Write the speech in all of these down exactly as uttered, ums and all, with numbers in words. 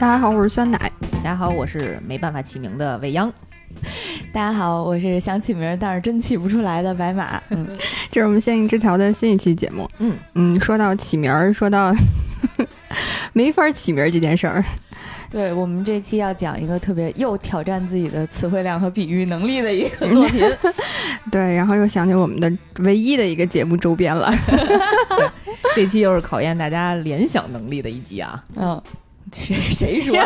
大家好，我是酸奶。 大家好，我是没办法起名的未央。 大家好，我是想起名但是真起不出来的白马。嗯， 这是我们仙境之桥的新一期节目。 嗯嗯，说到起名，说到没法起名这件事儿， 对，我们这期要讲一个特别又挑战自己的词汇量和比喻能力的一个作品。 对，然后又想起我们的唯一的一个节目周边了。 这期又是考验大家联想能力的一集啊。 嗯，谁谁说？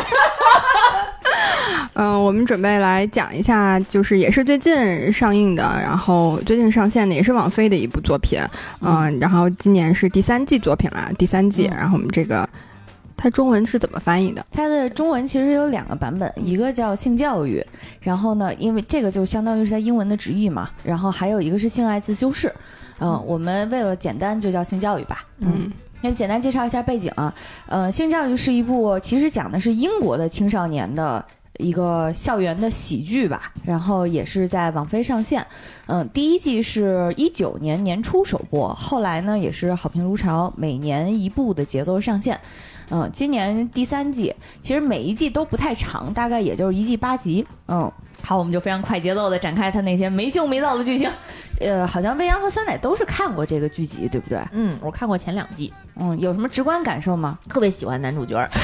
嗯、呃，我们准备来讲一下，就是也是最近上映的，然后最近上线的，也是网飞的一部作品。嗯、呃，然后今年是第三季作品啦，第三季。嗯、然后我们这个，它中文是怎么翻译的？ 它的中文其实有两个版本，一个叫性教育，然后呢，因为这个就相当于是它英文的直译嘛，然后还有一个是性爱自修室。嗯、呃，我们为了简单就叫性教育吧。嗯。先简单介绍一下背景啊，呃，性教育是一部其实讲的是英国的青少年的一个校园的喜剧吧，然后也是在网飞上线。嗯、呃，第一季是一九年年初首播，后来呢也是好评如潮，每年一部的节奏上线。嗯、呃，今年第三季其实每一季都不太长，大概也就是一季八集。嗯，好，我们就非常快节奏的展开它那些没羞没臊的剧情。呃，好像未央和酸奶都是看过这个剧集，对不对？ 嗯，我看过前两季。 嗯，有什么直观感受吗？ 特别喜欢男主角。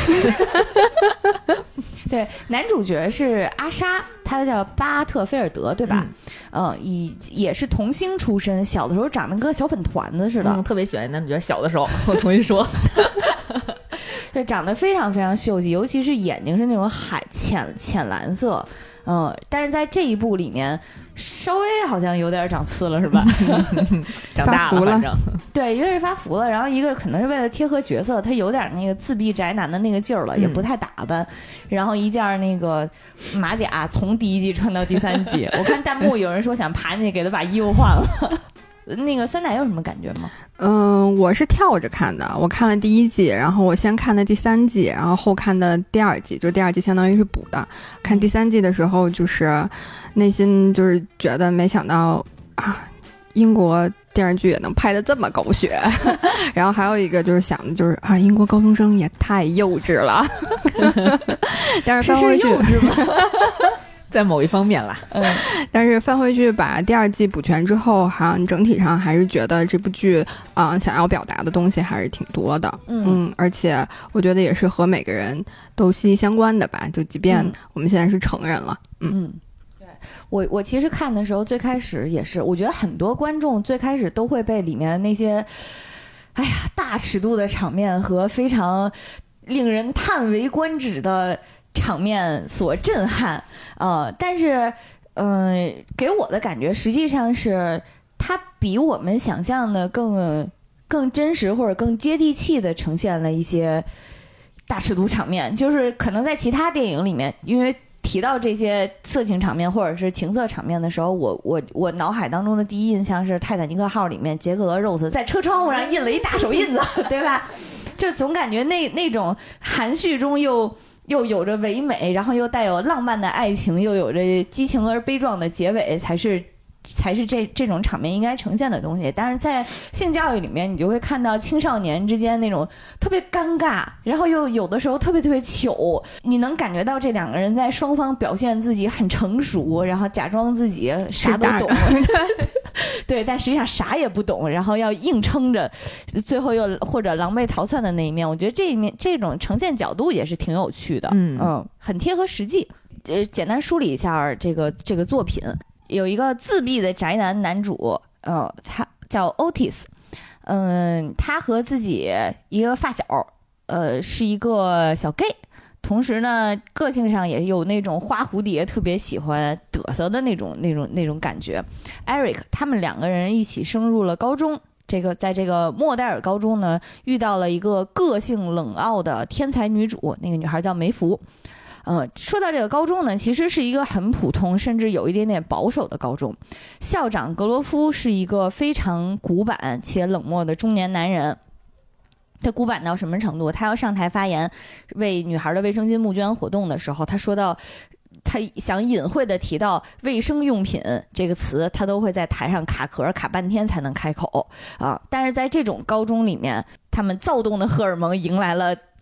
对，男主角是阿莎，他叫巴特菲尔德，对吧？嗯，呃、以也是童星出身，小的时候长得跟个小粉团子似的。 嗯，特别喜欢男主角小的时候，我重新说。 对，长得非常非常秀气，尤其是眼睛是那种海浅浅蓝色。嗯、呃，但是在这一部里面，稍微好像有点长刺了，是吧？ 长大了，反正对，一个是发福了，然后一个可能是为了贴合角色，他有点那个自闭宅男的那个劲儿了，也不太打扮，嗯、然后一件那个马甲从第一季穿到第三季，我看弹幕有人说想爬进去给他把衣服换了。那个酸奶有什么感觉吗？ 嗯、呃，我是跳着看的，我看了第一季，然后我先看的第三季，然后后看的第二季，就第二季相当于是补的。看第三季的时候，就是内心就是觉得没想到啊，英国电视剧也能拍得这么狗血。然后还有一个就是想的就是啊，英国高中生也太幼稚了。但是翻回去， 是幼稚吗？ 在某一方面啦， 嗯， 但是翻回去把第二季补全之后，好像整体上还是觉得这部剧，嗯、呃，想要表达的东西还是挺多的，嗯, 嗯，而且我觉得也是和每个人都息息相关的吧，就即便我们现在是成人了，嗯。 嗯对，我我其实看的时候，最开始也是，我觉得很多观众最开始都会被里面那些，哎呀，大尺度的场面和非常令人叹为观止的场面所震撼，呃，但是，嗯、呃，给我的感觉实际上是它比我们想象的更更真实或者更接地气的呈现了一些大尺度场面，就是可能在其他电影里面，因为提到这些色情场面或者是情色场面的时候，我我我脑海当中的第一印象是《泰坦尼克号》里面杰克和 Rose 在车窗户上印了一大手印子，对吧？就总感觉那那种含蓄中又又有着唯美，然后又带有浪漫的爱情，又有着激情而悲壮的结尾，才是才是这这种场面应该呈现的东西。但是在性教育里面，你就会看到青少年之间那种特别尴尬，然后又有的时候特别特别糗，你能感觉到这两个人在双方表现自己很成熟，然后假装自己啥都懂。对，但实际上啥也不懂，然后要硬撑着，最后又或者狼狈逃窜的那一面，我觉得这一面这种呈现角度也是挺有趣的，嗯嗯，很贴合实际。呃，简单梳理一下这个这个作品，有一个自闭的宅男男主，呃，他叫 Otis， 嗯，他和自己一个发小，呃，是一个小 gay。同时呢，个性上也有那种花蝴蝶特别喜欢嘚瑟的那种那种那种感觉。Eric 他们两个人一起升入了高中，这个在这个莫代尔高中呢，遇到了一个个性冷傲的天才女主，那个女孩叫梅芙。呃，说到这个高中呢，其实是一个很普通，甚至有一点点保守的高中。校长格罗夫是一个非常古板且冷漠的中年男人。他古板到什么程度？他要上台发言，为女孩的卫生巾募捐活动的时候，他说到，他想隐晦的提到卫生用品这个词，他都会在台上卡壳卡半天才能开口啊。但是在这种高中里面，他们躁动的荷尔蒙迎来了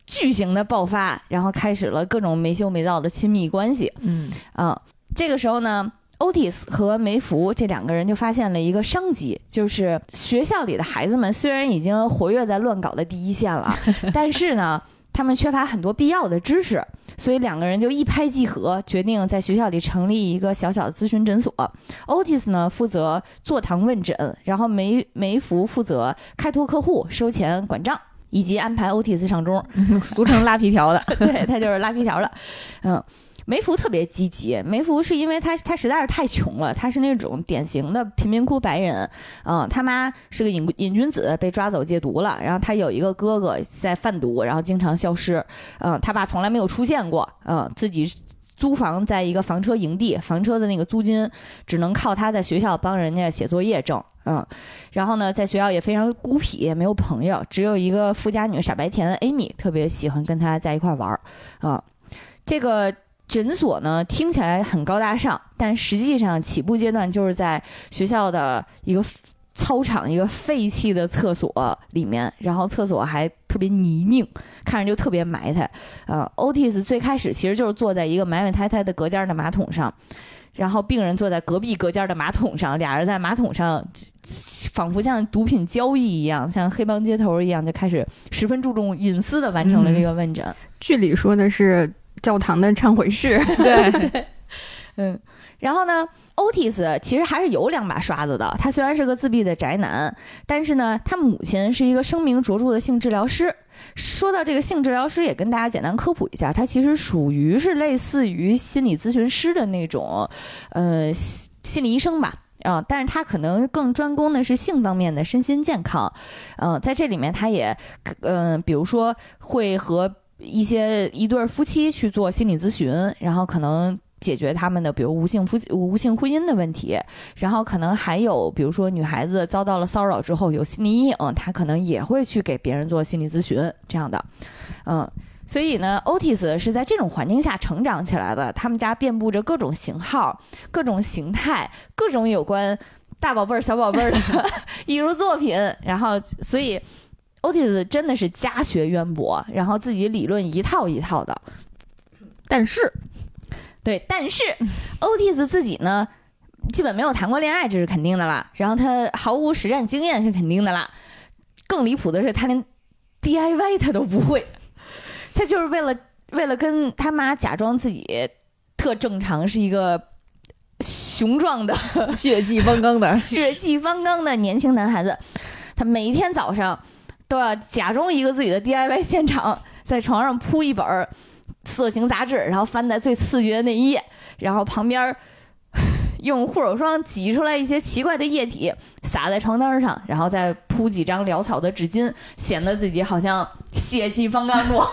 巨型的爆发，然后开始了各种没羞没臊的亲密关系。 嗯啊、呃，这个时候呢，Otis 和梅芙这两个人就发现了一个商机，就是学校里的孩子们虽然已经活跃在乱搞的第一线了，但是呢，他们缺乏很多必要的知识，所以两个人就一拍即合，决定在学校里成立一个小小的咨询诊所。Otis 呢负责坐堂问诊，然后梅梅芙负责开拓客户、收钱、管账，以及安排 Otis 上钟， 俗称拉皮条的。 对，他就是拉皮条的，嗯。梅芙特别积极，梅芙是因为他他实在是太穷了，他是那种典型的贫民窟白人，嗯，他妈是个瘾瘾君子，被抓走戒毒了，然后他有一个哥哥在贩毒，然后经常消失，嗯，他爸从来没有出现过，嗯，自己租房在一个房车营地，房车的那个租金只能靠他在学校帮人家写作业挣，嗯，然后呢，在学校也非常孤僻，也没有朋友，只有一个富家女傻白甜的 Amy 特别喜欢跟他在一块玩，啊、嗯，这个。诊所呢听起来很高大上，但实际上起步阶段就是在学校的一个操场一个废弃的厕所里面，然后厕所还特别泥泞，看着就特别埋汰。呃 Otis 最开始其实就是坐在一个埋埋汰汰的隔间的马桶上，然后病人坐在隔壁隔间的马桶上，俩人在马桶上仿佛像毒品交易一样，像黑帮接头一样，就开始十分注重隐私的完成了这个问诊。嗯、 剧里说的是教堂的忏悔室。 对对，嗯，然后呢 Otis 其实还是有两把刷子的，他虽然是个自闭的宅男，但是呢他母亲是一个声名卓著的性治疗师。说到这个性治疗师，也跟大家简单科普一下，他其实属于是类似于心理咨询师的那种呃心理医生吧，啊、呃，但是他可能更专攻的是性方面的身心健康，嗯、呃，在这里面他也嗯、呃，比如说会和一些一对夫妻去做心理咨询，然后可能解决他们的比如无性夫无性婚姻的问题，然后可能还有比如说女孩子遭到了骚扰之后有心理阴影，她可能也会去给别人做心理咨询这样的，嗯，所以呢 Otis 是在这种环境下成长起来的，他们家遍布着各种型号、各种形态、各种有关大宝贝儿、小宝贝儿的艺术作品，然后所以Otis 真的是家学渊博，然后自己理论一套一套的。但是，对，但是 Otis 自己呢，基本没有谈过恋爱，这是肯定的啦。然后他毫无实战经验是肯定的啦。更离谱的是，他连 D I Y 他都不会，他就是为了为了跟他妈假装自己特正常，是一个雄壮的、 血气方刚的、 血气方刚的年轻男孩子，他每一天早上都要假装一个自己的 D I Y 现场，在床上铺一本色情杂志，然后翻在最刺激的那一页，然后旁边用护手霜挤出来一些奇怪的液体洒在床单上，然后再铺几张潦草的纸巾，显得自己好像血气方刚多。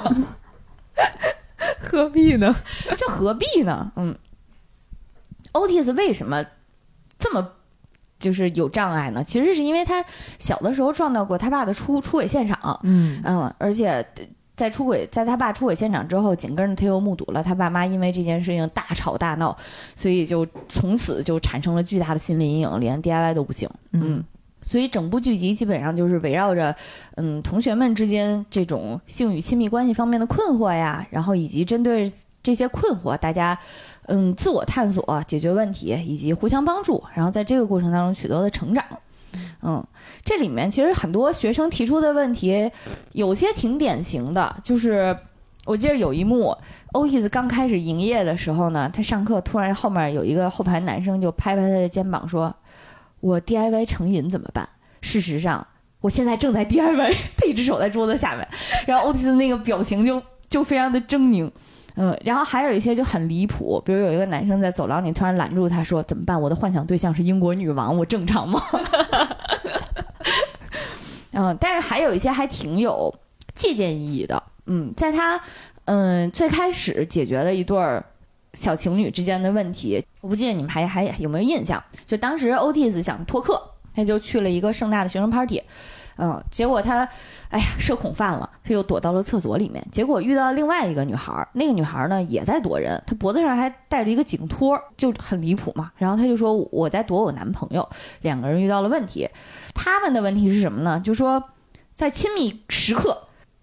何必呢？ 这何必呢？嗯 ，Otis 为什么这么就是有障碍呢？其实是因为他小的时候撞到过他爸的出出轨现场， 嗯嗯，而且在出轨在他爸出轨现场之后，紧跟着他又目睹了他爸妈因为这件事情大吵大闹，所以就从此就产生了巨大的心理阴影，连 D I Y 都不行。嗯，所以整部剧集基本上就是围绕着嗯同学们之间这种性与亲密关系方面的困惑呀，然后以及针对这些困惑，大家嗯自我探索、解决问题以及互相帮助，然后在这个过程当中取得了成长。嗯，这里面其实很多学生提出的问题，有些挺典型的，就是我记得有一幕 ，Otis 刚开始营业的时候呢，他上课突然后面有一个后排男生就拍拍他的肩膀说：“我 D I Y 成瘾怎么办？”事实上，我现在正在 D I Y， 他一只手在桌子下面，然后 Otis 的那个表情就就非常的狰狞。嗯，然后还有一些就很离谱，比如有一个男生在走廊里突然拦住他说：“怎么办？我的幻想对象是英国女王，我正常吗？”嗯，但是还有一些还挺有借鉴意义的。嗯，在他嗯最开始解决了一对小情侣之间的问题，我不记得你们还还有没有印象？就当时 Otis 想脱课，他就去了一个盛大的学生 party。嗯，结果他，哎呀，社恐犯了，他又躲到了厕所里面。结果遇到另外一个女孩，那个女孩呢也在躲人，她脖子上还带着一个颈托，就很离谱嘛。然后他就说我在躲我男朋友，两个人遇到了问题。他们的问题是什么呢？就说在亲密时刻，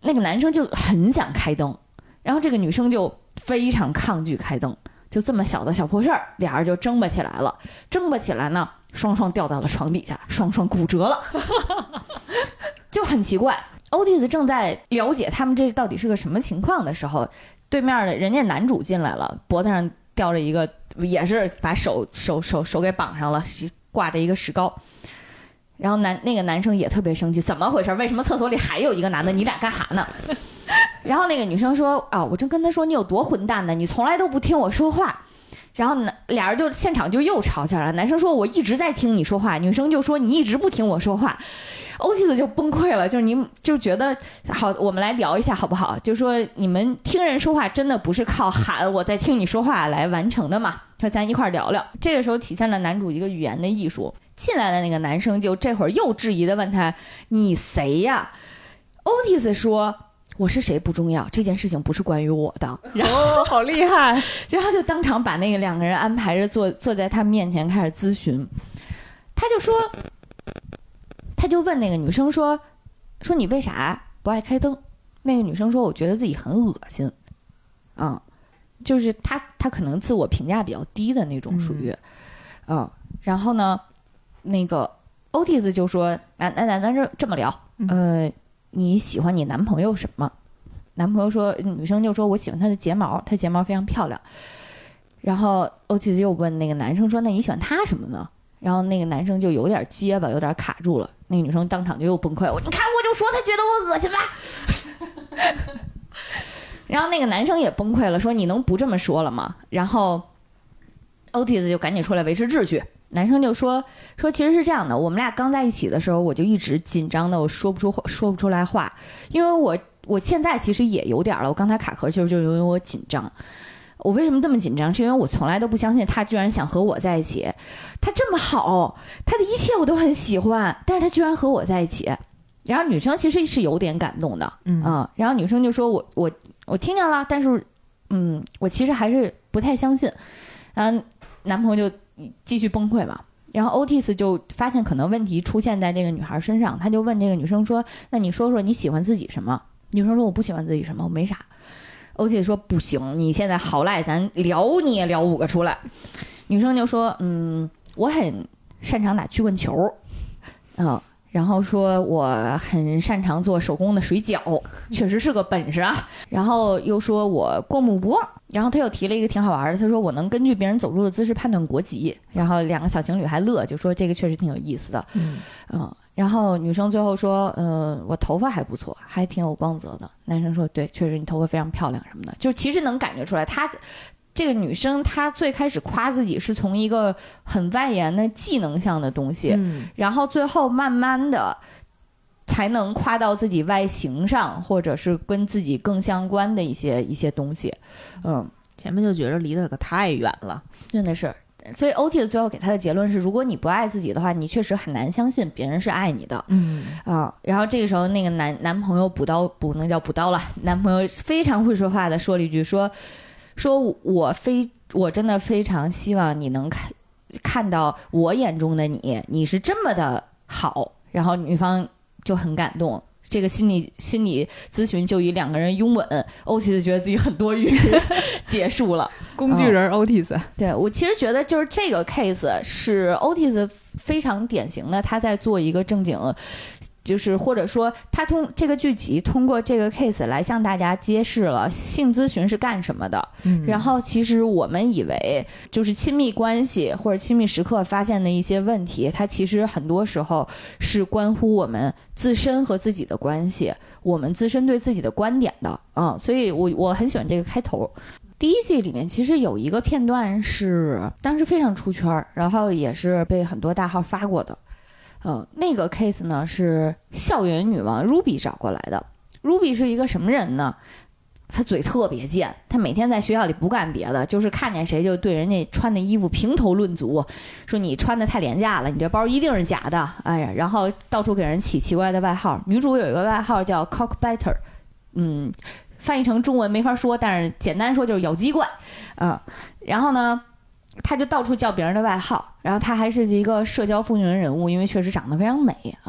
那个男生就很想开灯，然后这个女生就非常抗拒开灯，就这么小的小破事儿，俩人就争吧起来了。争吧起来呢，双双掉到了床底下，双双骨折了，就很奇怪。欧蒂斯正在了解他们这到底是个什么情况的时候，对面的人家男主进来了，脖子上吊着一个，也是把手手手手给绑上了，挂着一个石膏。然后男那个男生也特别生气，怎么回事？为什么厕所里还有一个男的？你俩干哈呢？然后那个女生说啊，我正跟他说你有多混蛋呢，你从来都不听我说话。然后男俩人就现场就又吵起来了。男生说我一直在听你说话，女生就说你一直不听我说话。欧蒂斯就崩溃了，就是你就觉得好，我们来聊一下好不好？就说你们听人说话真的不是靠喊我在听你说话来完成的嘛？说咱一块聊聊。这个时候体现了男主一个语言的艺术。进来的那个男生就这会儿又质疑的问他你谁呀？欧蒂斯说我是谁不重要，这件事情不是关于我的。然后、 哦、好厉害！ 然后就当场把那个两个人安排着坐坐在他面前开始咨询。他就说，他就问那个女生说，说你为啥不爱开灯？那个女生说，我觉得自己很恶心。嗯，就是他他可能自我评价比较低的那种属于，嗯, 嗯，然后呢，那个欧蒂斯就说，那那那咱这这么聊，呃。你喜欢你男朋友什么？男朋友说，女生就说我喜欢他的睫毛，他睫毛非常漂亮。然后欧蒂斯又问那个男生说，那你喜欢他什么呢？然后那个男生就有点结巴，有点卡住了。那个女生当场就又崩溃，我你看我就说他觉得我恶心吧。然后那个男生也崩溃了，说你能不这么说了吗？然后欧蒂斯就赶紧出来维持秩序。男生就说说其实是这样的，我们俩刚在一起的时候，我就一直紧张的，我说不出说不出来话，因为我我现在其实也有点了，我刚才卡壳其实就是因为我紧张。我为什么这么紧张？是因为我从来都不相信他居然想和我在一起，他这么好，他的一切我都很喜欢，但是他居然和我在一起。然后女生其实是有点感动的，嗯、呃，然后女生就说我我我听见了，但是嗯，我其实还是不太相信。然后男朋友就继续崩溃嘛，然后欧蒂斯就发现可能问题出现在这个女孩身上，他就问这个女生说，那你说说你喜欢自己什么？女生说我不喜欢自己什么，我没啥。欧蒂斯说不行，你现在好赖咱聊你也聊五个出来。女生就说嗯，我很擅长打曲棍球，嗯、呃，然后说我很擅长做手工的水饺，确实是个本事啊。然后又说我过目不忘，然后他又提了一个挺好玩的，他说我能根据别人走路的姿势判断国籍。然后两个小情侣还乐，就说这个确实挺有意思的。嗯，呃、然后女生最后说，嗯、呃，我头发还不错，还挺有光泽的。男生说对，确实你头发非常漂亮什么的，就其实能感觉出来他。这个女生她最开始夸自己是从一个很外延的技能项的东西，嗯、然后最后慢慢的才能夸到自己外形上，或者是跟自己更相关的一些一些东西。嗯， 前面就觉得离得可太远了， 真的是。所以欧蒂的最后给他的结论是，如果你不爱自己的话，你确实很难相信别人是爱你的。嗯啊，然后这个时候那个男男朋友补刀补能叫补刀了，男朋友非常会说话的说了一句说。说我非我真的非常希望你能看看到我眼中的你，你是这么的好。然后女方就很感动，这个心理心理咨询就以两个人拥吻，欧蒂斯觉得自己很多余结束了。 工具人欧蒂斯、嗯、 对，我其实觉得就是这个 case 是欧蒂斯非常典型的，他在做一个正经，就是或者说他通这个剧集通过这个 case 来向大家揭示了性咨询是干什么的、嗯、然后其实我们以为就是亲密关系或者亲密时刻发现的一些问题，它其实很多时候是关乎我们自身和自己的关系，我们自身对自己的观点的啊、嗯，所以我我很喜欢这个开头。第一季里面其实有一个片段是当时非常出圈，然后也是被很多大号发过的。嗯，那个 case 呢是校园女王 Ruby 找过来的。Ruby 是一个什么人呢？她嘴特别贱，她每天在学校里不干别的，就是看见谁就对人家穿的衣服评头论足，说你穿的太廉价了，你这包一定是假的，哎呀，然后到处给人起奇怪的外号。女主有一个外号叫 Cockbiter， 嗯，翻译成中文没法说，但是简单说就是咬鸡怪啊、呃。然后呢他就到处叫别人的外号，然后他还是一个社交风云人物，因为确实长得非常美啊，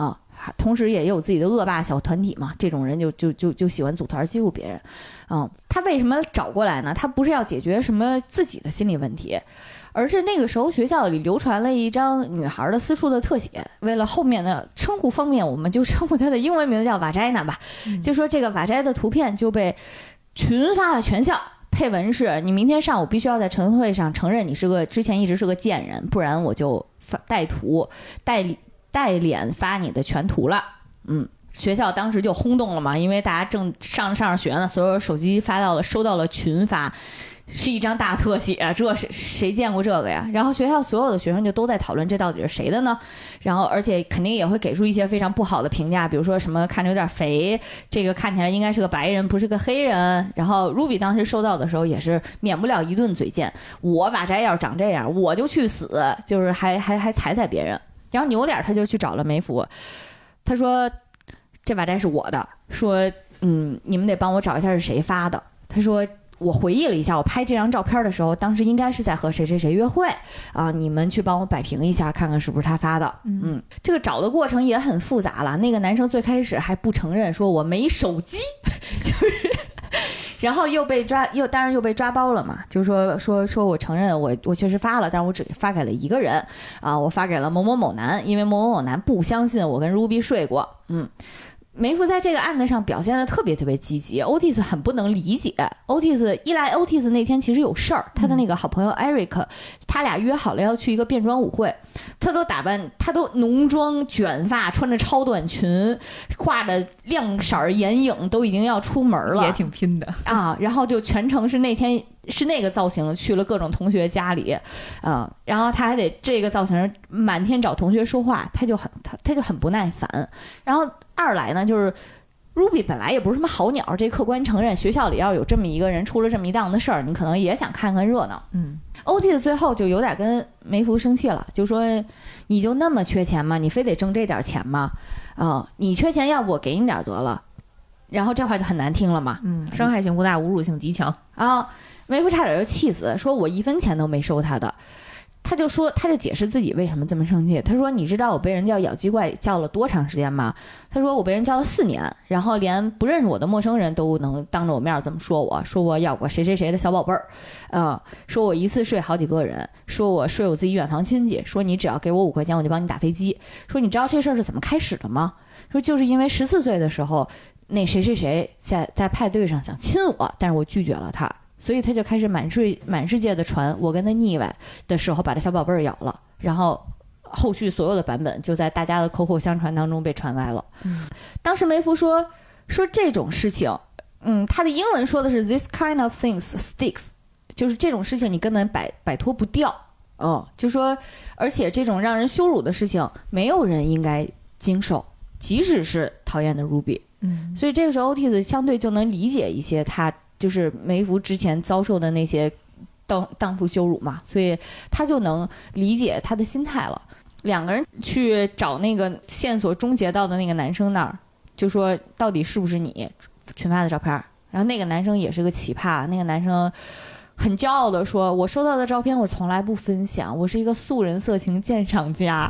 同时也有自己的恶霸小团体嘛，这种人就就就就喜欢组团欺负别人。嗯，他为什么找过来呢？他不是要解决什么自己的心理问题，而是那个时候学校里流传了一张女孩的私处的特写，为了后面的称呼方面，我们就称呼她的英文名字叫瓦摘娜吧、嗯、就说这个瓦摘的图片就被群发了全校，配文是你明天上午必须要在晨会上承认你是个之前一直是个贱人，不然我就带图带带脸发你的全图了。嗯，学校当时就轰动了嘛，因为大家正上上着学呢，所有手机发到了收到了群发，是一张大特写，这是谁见过这个呀？然后学校所有的学生就都在讨论这到底是谁的呢？然后而且肯定也会给出一些非常不好的评价，比如说什么看着有点肥，这个看起来应该是个白人不是个黑人。然后 Ruby 当时收到的时候也是免不了一顿嘴贱，我瓦摘要是长这样我就去死，就是还还还踩踩别人。然后扭脸他就去找了梅福，他说这瓦摘是我的，说嗯你们得帮我找一下是谁发的。他说我回忆了一下，我拍这张照片的时候当时应该是在和谁谁谁约会啊，你们去帮我摆平一下看看是不是他发的。嗯, 嗯这个找的过程也很复杂了，那个男生最开始还不承认，说我没手机就是然后又被抓，又当然又被抓包了嘛，就是说说说我承认我我确实发了，但是我只发给了一个人啊，我发给了某某某男，因为某某某男不相信我跟 Ruby 睡过。嗯，梅芙在这个案子上表现的特别特别积极 ，Otis 很不能理解。Otis 一来 ，Otis 那天其实有事儿，他的那个好朋友 Eric， 他俩约好了要去一个变装舞会，他都打扮，他都浓妆卷发，穿着超短裙，画着亮色眼影，都已经要出门了， 也挺拼的啊。然后就全程是那天是那个造型，去了各种同学家里，啊，然后他还得这个造型满天找同学说话，他就很他他就很不耐烦。然后二来呢，就是 Ruby 本来也不是什么好鸟，这客观承认，学校里要有这么一个人出了这么一档子事儿，你可能也想看看热闹。嗯 ，Otis 最后就有点跟梅芙生气了，就说你就那么缺钱吗？你非得挣这点钱吗？啊、呃，你缺钱，要不我给你点得了。然后这话就很难听了嘛， 嗯，伤害性不大，侮辱性极强。 然后梅芙差点就气死，说我一分钱都没收他的。他就说，他就解释自己为什么这么生气。他说：“你知道我被人叫咬鸡怪叫了多长时间吗？”他说：“我被人叫了四年，然后连不认识我的陌生人都能当着我面这么说我，说我咬过谁谁谁的小宝贝儿，呃，说我一次睡好几个人，说我睡我自己远房亲戚，说你只要给我五块钱，我就帮你打飞机。说你知道这事儿是怎么开始的吗？说就是因为十四岁的时候，那谁谁谁在在派对上想亲我，但是我拒绝了他。”所以他就开始满世满世界的传，我跟他腻歪的时候把这小宝贝儿咬了，然后后续所有的版本就在大家的口口相传当中被传歪了。嗯，当时梅芙说说这种事情，嗯，他的英文说的是 this kind of things sticks， 就是这种事情你根本摆摆脱不掉。哦，就说而且这种让人羞辱的事情，没有人应该经受，即使是讨厌的 Ruby。嗯，所以这个时候 Otis 相对就能理解一些他。就是梅芙之前遭受的那些荡荡妇羞辱嘛，所以他就能理解他的心态了。两个人去找那个线索终结到的那个男生那儿，就说到底是不是你群发的照片。然后那个男生也是个奇葩，那个男生很骄傲的说，我收到的照片我从来不分享，我是一个素人色情鉴赏家。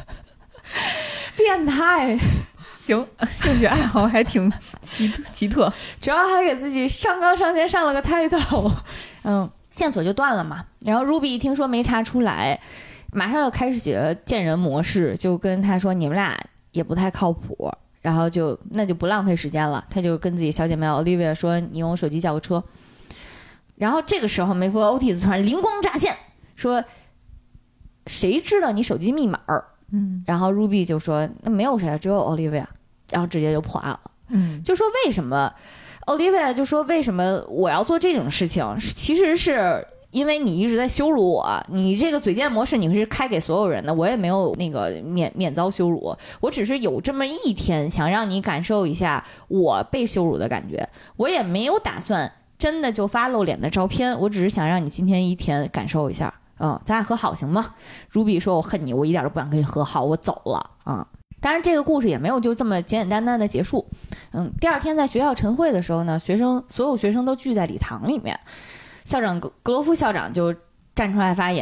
变态。 行，兴趣爱好还挺奇特奇特， 主要还给自己上纲上线上了个 title， 嗯，线索就断了嘛。然后 Ruby 一听说没查出来，马上要开始起了见人模式，就跟他说你们俩也不太靠谱，然后就那就不浪费时间了，他就跟自己小姐妹 Olivia 说你用我手机叫个车。然后这个时候梅芙和 Otis 突然灵光乍现，说谁知道你手机密码？嗯，然后 Ruby 就说那没有谁，只有 Olivia， 然后直接就破案了。嗯，就说为什么 Olivia 就说为什么我要做这种事情，其实是因为你一直在羞辱我，你这个嘴贱模式你是开给所有人的，我也没有那个免免遭羞辱，我只是有这么一天想让你感受一下我被羞辱的感觉，我也没有打算真的就发露脸的照片，我只是想让你今天一天感受一下。嗯，咱俩和好行吗 ？Ruby 说：“我恨你，我一点都不想跟你和好，我走了。”啊、嗯，当然这个故事也没有就这么简简单单的结束。嗯，第二天在学校晨会的时候呢，学生所有学生都聚在礼堂里面，校长格格罗夫校长就站出来发言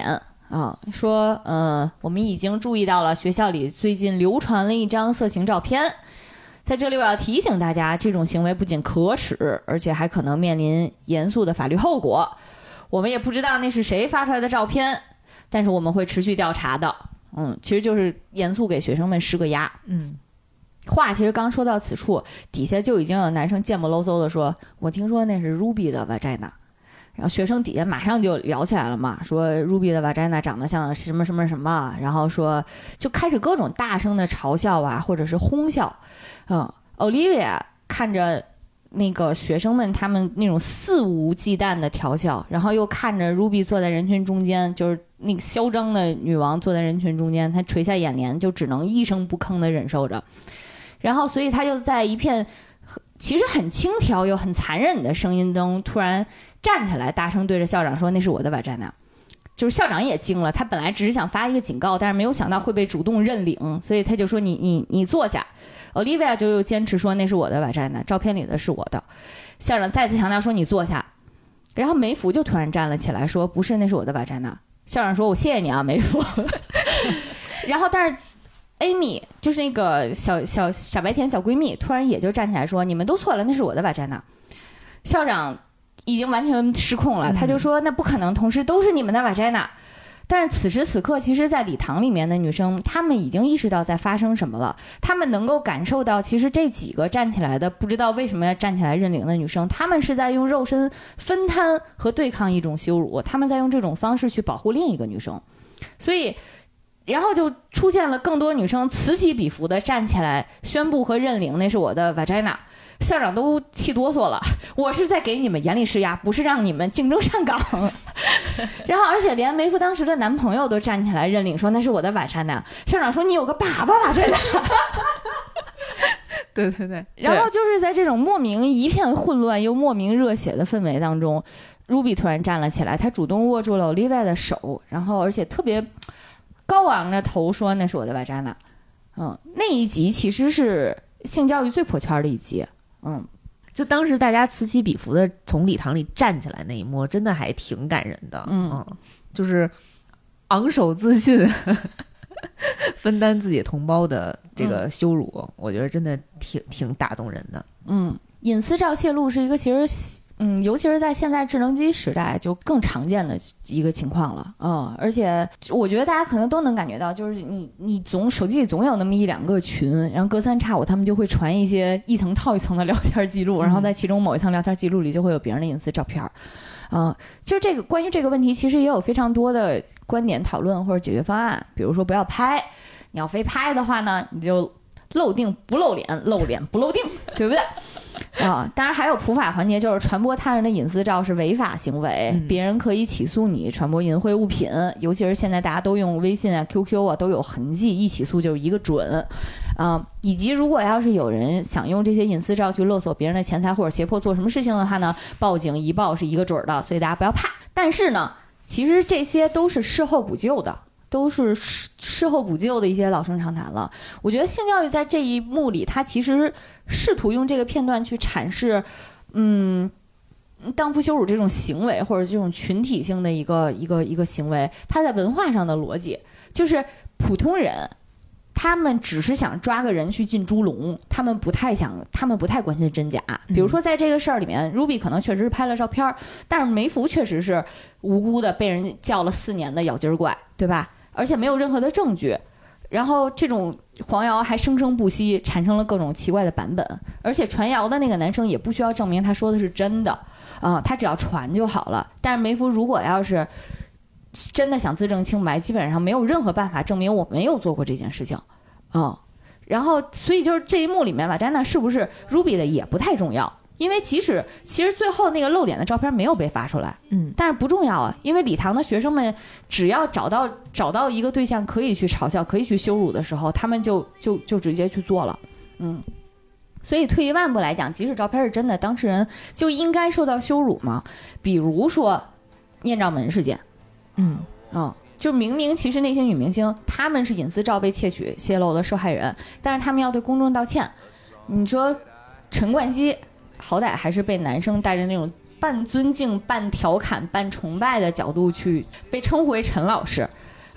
啊，说呃，我们已经注意到了学校里最近流传了一张色情照片，在这里我要提醒大家，这种行为不仅可耻，而且还可能面临严肃的法律后果。我们也不知道那是谁发出来的照片，但是我们会持续调查的。嗯，其实就是严肃给学生们施个压。 嗯， 话其实刚说到此处，底下就已经有男生贱不搂嗖的说，我听说那是 Ruby 的 vagina。然后学生底下马上就聊起来了嘛，说 Ruby 的 vagina 长得像什么什么什么，然后说就开始各种大声的嘲笑啊，或者是哄笑。嗯 ，Olivia 看着那个学生们他们那种肆无忌惮的调笑，然后又看着 Ruby 坐在人群中间，就是那个嚣张的女王坐在人群中间，她垂下眼帘，就只能一声不吭的忍受着。然后，所以她就在一片其实很轻佻又很残忍的声音中，突然站起来，大声对着校长说：“那是我的 vagina。”就是校长也惊了，他本来只是想发一个警告，但是没有想到会被主动认领，所以他就说：“你你你坐下。” Olivia 就又坚持说：“那是我的 vagina， 照片里的是我的。”校长再次强调说：“你坐下。”然后梅芙就突然站了起来说：“不是，那是我的 vagina。”校长说：“我谢谢你啊，梅芙。”然后但是 Amy 就是那个小小傻白甜小闺蜜，突然也就站起来说：“你们都错了，那是我的 vagina。”校长已经完全失控了，他就说：“那不可能，同时都是你们的 vagina。”但是此时此刻，其实在礼堂里面的女生，她们已经意识到在发生什么了，她们能够感受到，其实这几个站起来的，不知道为什么要站起来认领的女生，她们是在用肉身分摊和对抗一种羞辱，她们在用这种方式去保护另一个女生，所以然后就出现了更多女生此起彼伏的站起来宣布和认领，那是我的 vagina。校长都气哆嗦了，我是在给你们严厉施压，不是让你们竞争上岗。然后而且连梅芙当时的男朋友都站起来认领说那是我的vagina。校长说你有个粑粑vagina。 对对对， 然后就是在这种莫名一片混乱又莫名热血的氛围当中， Ruby 突然站了起来，她主动握住了 Olivia 的手，然后而且特别高昂着头说那是我的 vagina。 嗯，那一集其实是性教育最破圈的一集。嗯， 就当时大家此起彼伏的从礼堂里站起来那一幕，真的还挺感人的。 嗯， 嗯就是昂首自信，分担自己同胞的这个羞辱，嗯、我觉得真的挺挺打动人的。 嗯，隐私照泄露是一个其实。嗯，尤其是在现在智能机时代，就更常见的一个情况了。嗯，而且我觉得大家可能都能感觉到，就是你你总手机里总有那么一两个群，然后隔三差五他们就会传一些一层套一层的聊天记录，然后在其中某一层聊天记录里就会有别人的隐私照片。嗯，就是这个关于这个问题，其实也有非常多的观点讨论或者解决方案。比如说不要拍，你要非拍的话呢，你就露腚不露脸，露脸不露腚，对不对？啊，当然还有普法环节，就是传播他人的隐私照是违法行为，嗯、别人可以起诉你传播淫秽物品，尤其是现在大家都用微信啊、Q Q 啊，都有痕迹，一起诉就是一个准。啊，以及如果要是有人想用这些隐私照去勒索别人的钱财或者胁迫做什么事情的话呢，报警一报是一个准的，所以大家不要怕。但是呢，其实这些都是事后补救的。都是事事后补救的一些老生常谈了。我觉得性教育在这一幕里，它其实试图用这个片段去阐释，嗯，荡妇羞辱这种行为或者这种群体性的一个一个一个行为，它在文化上的逻辑就是普通人。他们只是想抓个人去进猪笼，他们不太想，他们不太关心真假。比如说在这个事儿里面、嗯、，Ruby 可能确实是拍了照片，但是梅芙确实是无辜的被人叫了四年的咬筋怪，对吧？而且没有任何的证据，然后这种黄谣还生生不息，产生了各种奇怪的版本。而且传谣的那个男生也不需要证明他说的是真的啊、呃，他只要传就好了。但是梅芙如果要是真的想自证清白，基本上没有任何办法证明我没有做过这件事情，嗯，然后所以就是这一幕里面吧，詹娜是不是 Ruby 的也不太重要，因为即使其实最后那个露脸的照片没有被发出来， 嗯， 但是不重要啊，因为礼堂的学生们只要找到找到一个对象可以去嘲笑、可以去羞辱的时候，他们就就就直接去做了，嗯。所以退一万步来讲，即使照片是真的，当事人就应该受到羞辱吗？比如说艳照门事件。 嗯哦，就明明其实那些女明星她们是隐私照被窃取泄露的受害人，但是她们要对公众道歉。你说陈冠希好歹还是被男生带着那种半尊敬、半调侃、半崇拜的角度去被称呼为陈老师，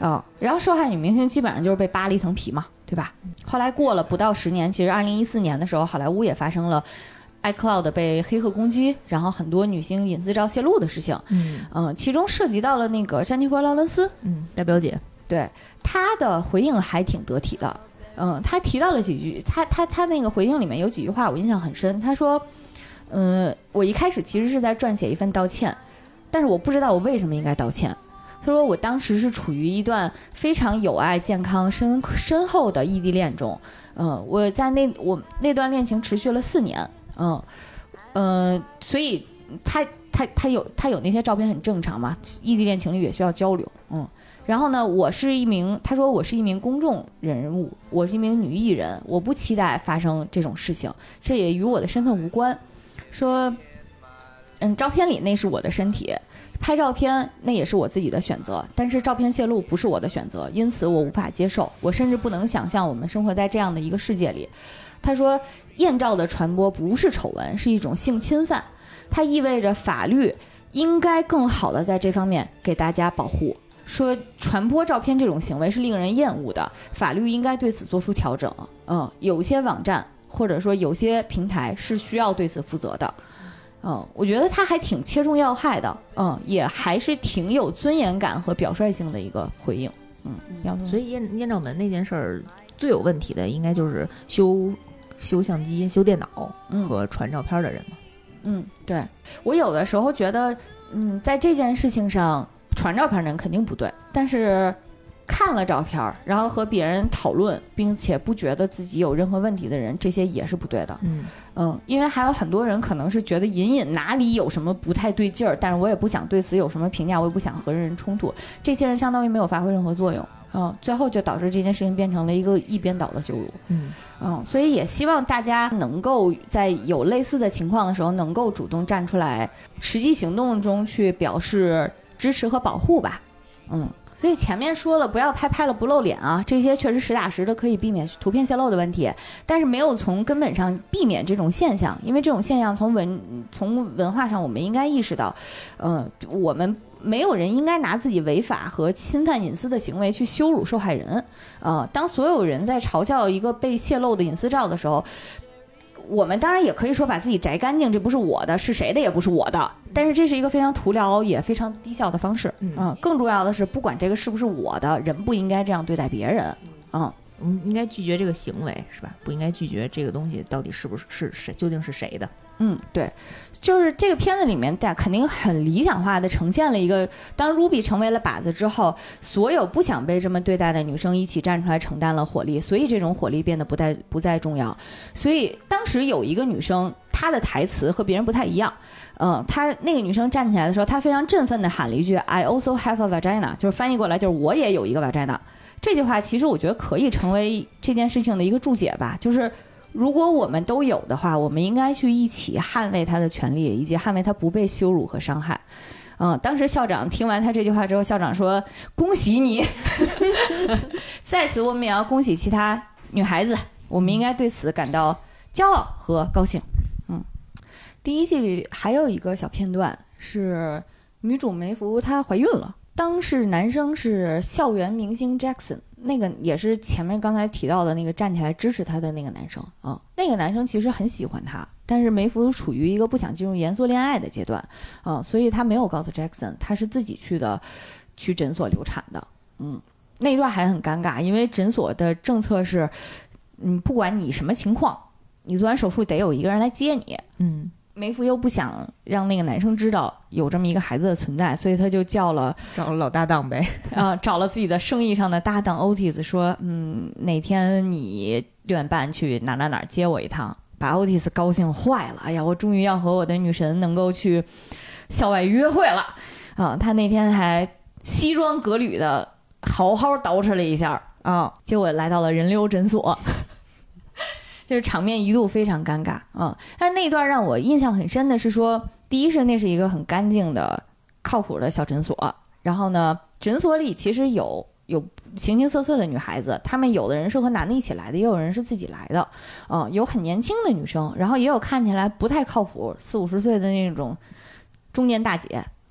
哦，然后受害女明星基本上就是被扒了一层皮嘛，对吧？后来过了不到十年，其实二零一四年的时候，好莱坞也发生了 iCloud 被黑客攻击，然后很多女星隐私照泄露的事情。 嗯嗯、呃，其中涉及到了那个詹妮弗·劳伦斯， 嗯，大表姐， 对她的回应还挺得体的。嗯，她提到了几句，她她她那个回应里面有几句话我印象很深。她说：“嗯，我一开始其实是在撰写一份道歉，但是我不知道我为什么应该道歉。”他说我当时是处于一段非常有爱、健康、深深厚的异地恋中，嗯、呃，我在那我那段恋情持续了四年，嗯，呃，所以他他他有他有那些照片很正常嘛，异地恋情侣也需要交流，嗯，然后呢，我是一名，他说我是一名公众人物，我是一名女艺人，我不期待发生这种事情，这也与我的身份无关，说，嗯，照片里那是我的身体。拍照片那也是我自己的选择，但是照片泄露不是我的选择，因此我无法接受，我甚至不能想象我们生活在这样的一个世界里。他说艳照的传播不是丑闻，是一种性侵犯，它意味着法律应该更好的在这方面给大家保护，说传播照片这种行为是令人厌恶的，法律应该对此做出调整。嗯，有些网站或者说有些平台是需要对此负责的。嗯，我觉得他还挺切中要害的，嗯，也还是挺有尊严感和表率性的一个回应，嗯，要所以艳艳照门那件事儿最有问题的应该就是修修相机、修电脑和传照片的人嘛。 嗯，对，我有的时候觉得，嗯，在这件事情上，传照片的人肯定不对，但是看了照片，然后和别人讨论，并且不觉得自己有任何问题的人，这些也是不对的。 嗯嗯，因为还有很多人可能是觉得隐隐哪里有什么不太对劲儿，但是我也不想对此有什么评价，我也不想和人冲突，这些人相当于没有发挥任何作用。嗯，最后就导致这件事情变成了一个一边倒的羞辱。 嗯嗯，所以也希望大家能够在有类似的情况的时候，能够主动站出来，实际行动中去表示支持和保护吧。嗯。所以前面说了不要拍拍了不露脸啊，这些确实实打实的可以避免图片泄露的问题，但是没有从根本上避免这种现象，因为这种现象从文从文化上我们应该意识到，呃，我们没有人应该拿自己违法和侵犯隐私的行为去羞辱受害人。呃，当所有人在嘲笑一个被泄露的隐私照的时候，我们当然也可以说把自己摘干净，这不是我的，是谁的也不是我的，但是这是一个非常徒劳也非常低效的方式。嗯、呃，更重要的是，不管这个是不是我的，人不应该这样对待别人。嗯， 嗯，应该拒绝这个行为是吧？不应该拒绝这个东西到底是不是是谁，究竟是谁的？ 嗯，对，就是这个片子里面，大家肯定很理想化的呈现了一个，当 Ruby 成为了靶子之后，所有不想被这么对待的女生一起站出来承担了火力，所以这种火力变得不再不再重要。所以当时有一个女生，她的台词和别人不太一样。嗯，她那个女生站起来的时候，她非常振奋地喊了一句 "I also have a vagina"， 就是翻译过来就是我也有一个 vagina。这句话其实我觉得可以成为这件事情的一个注解吧，就是如果我们都有的话，我们应该去一起捍卫她的权利，以及捍卫她不被羞辱和伤害。嗯，当时校长听完他这句话之后，校长说：“恭喜你！”在此，我们也要恭喜其他女孩子，我们应该对此感到骄傲和高兴。嗯，第一季里还有一个小片段是女主梅芙她怀孕了。当时男生是校园明星 Jackson， 那个也是前面刚才提到的那个站起来支持他的那个男生啊、嗯。那个男生其实很喜欢他，但是梅芙处于一个不想进入严肃恋爱的阶段啊、嗯，所以他没有告诉 Jackson， 他是自己去的，去诊所流产的。嗯，那一段还很尴尬，因为诊所的政策是，嗯，不管你什么情况，你做完手术得有一个人来接你。嗯。梅芙又不想让那个男生知道有这么一个孩子的存在，所以他就叫了找了老搭档呗， 啊、呃，找了自己的生意上的搭档 Otis 说，嗯，哪天你六点半去哪哪哪接我一趟，把 Otis 高兴坏了。哎呀，我终于要和我的女神能够去校外约会了啊、呃！他那天还西装革履的好好捯饬了一下啊、呃，结果来到了人流诊所。就是场面一度非常尴尬，嗯，但是那一段让我印象很深的是说，第一是那是一个很干净的、靠谱的小诊所，然后呢，诊所里其实有有形形色色的女孩子，她们有的人是和男的一起来的，也有人是自己来的，嗯，有很年轻的女生，然后也有看起来不太靠谱、四五十岁的那种中年大姐，嗯。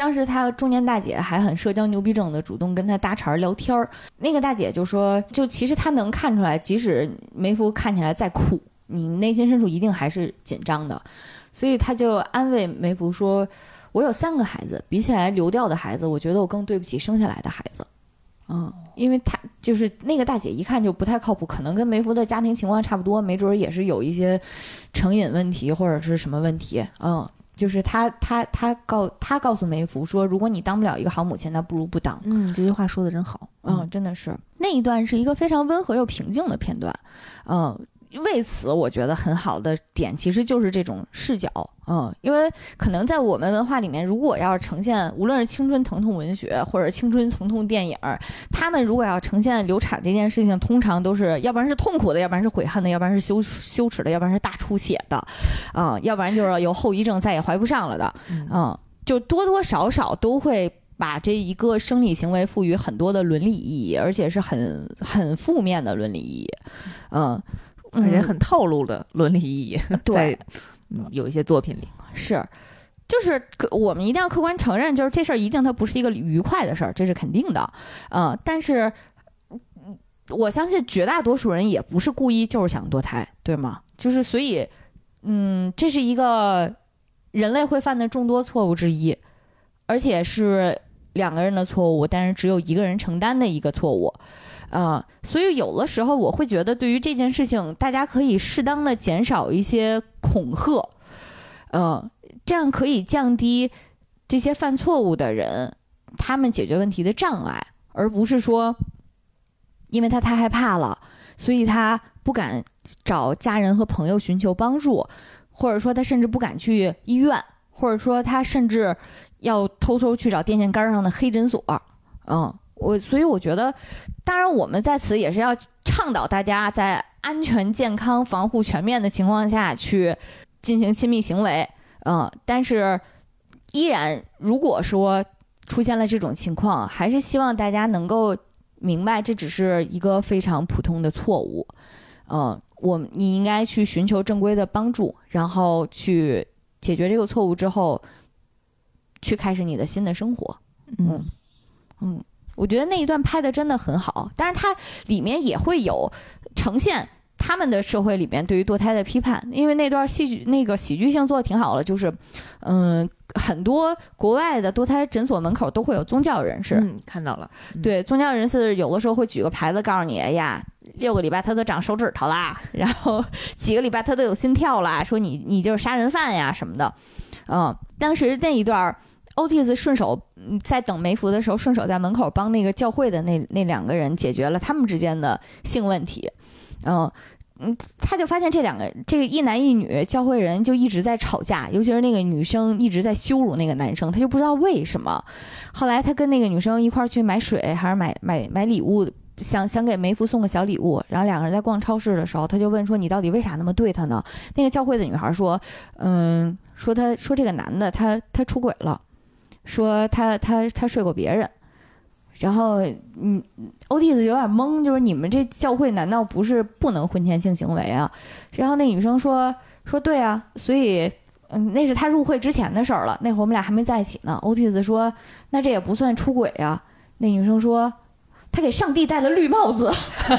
当时他中年大姐还很社交牛逼症的主动跟他搭茬聊天儿，那个大姐就说，就其实他能看出来，即使梅芙看起来再酷，你内心深处一定还是紧张的，所以他就安慰梅芙说，我有三个孩子，比起来流掉的孩子，我觉得我更对不起生下来的孩子。嗯，因为他就是那个大姐一看就不太靠谱，可能跟梅芙的家庭情况差不多，没准也是有一些成瘾问题或者是什么问题。嗯，就是他他他告他告诉梅芙说，如果你当不了一个好母亲，那不如不当。 嗯，这句话说的真好。 嗯，嗯真的是那一段是一个非常温和又平静的片段。嗯。为此我觉得很好的点其实就是这种视角，嗯，因为可能在我们文化里面，如果要是呈现无论是青春疼痛文学或者青春疼痛电影，他们如果要呈现流产这件事情，通常都是要不然是痛苦的，要不然是悔恨的，要不然是羞羞耻的，要不然是大出血的，啊、嗯，要不然就是有后遗症再也怀不上了的，嗯，就多多少少都会把这一个生理行为赋予很多的伦理意义，而且是很很负面的伦理意义，嗯。 而且很套路的伦理意义， 对， 嗯，有一些作品里是，就是我们一定要客观承认，就是这事儿一定它不是一个愉快的事儿，这是肯定的，嗯，但是我相信绝大多数人也不是故意就是想堕胎，对吗？就是所以，嗯，这是一个人类会犯的众多错误之一，而且是两个人的错误，但是只有一个人承担的一个错误。啊、呃，所以有的时候我会觉得，对于这件事情，大家可以适当的减少一些恐吓，呃，这样可以降低这些犯错误的人他们解决问题的障碍，而不是说，因为他太害怕了，所以他不敢找家人和朋友寻求帮助，或者说他甚至不敢去医院，或者说他甚至要偷偷去找电线杆上的黑诊所，嗯。我所以我觉得，当然我们在此也是要倡导大家在安全、健康、防护全面的情况下去进行亲密行为，嗯，但是依然如果说出现了这种情况，还是希望大家能够明白这只是一个非常普通的错误，嗯，我你应该去寻求正规的帮助，然后去解决这个错误之后，去开始你的新的生活，嗯嗯。我觉得那一段拍的真的很好，但是它里面也会有呈现他们的社会里面对于堕胎的批判，因为那段戏剧那个喜剧性做的挺好了，就是嗯，很多国外的堕胎诊所门口都会有宗教人士， 嗯，看到了， 嗯、对，宗教人士有的时候会举个牌子告诉你，哎呀，六个礼拜他都长手指头啦，然后几个礼拜他都有心跳啦，说你你就是杀人犯呀什么的，嗯，当时那一段。欧蒂斯顺手在等梅芙的时候，顺手在门口帮那个教会的那那两个人解决了他们之间的性问题，嗯嗯，他就发现这两个这个一男一女教会人就一直在吵架，尤其是那个女生一直在羞辱那个男生，他就不知道为什么。后来他跟那个女生一块儿去买水，还是买买买礼物，想想给梅芙送个小礼物，然后两个人在逛超市的时候，他就问说：“你到底为啥那么对他呢？”那个教会的女孩说：“嗯，说他说这个男的他他出轨了。”说他他他睡过别人，然后嗯，欧蒂斯有点懵，就是你们这教会难道不是不能婚前性行为啊？然后那女生说说对啊，所以嗯，那是他入会之前的事儿了，那会儿我们俩还没在一起呢。欧蒂斯说那这也不算出轨啊。那女生说他给上帝戴了绿帽子，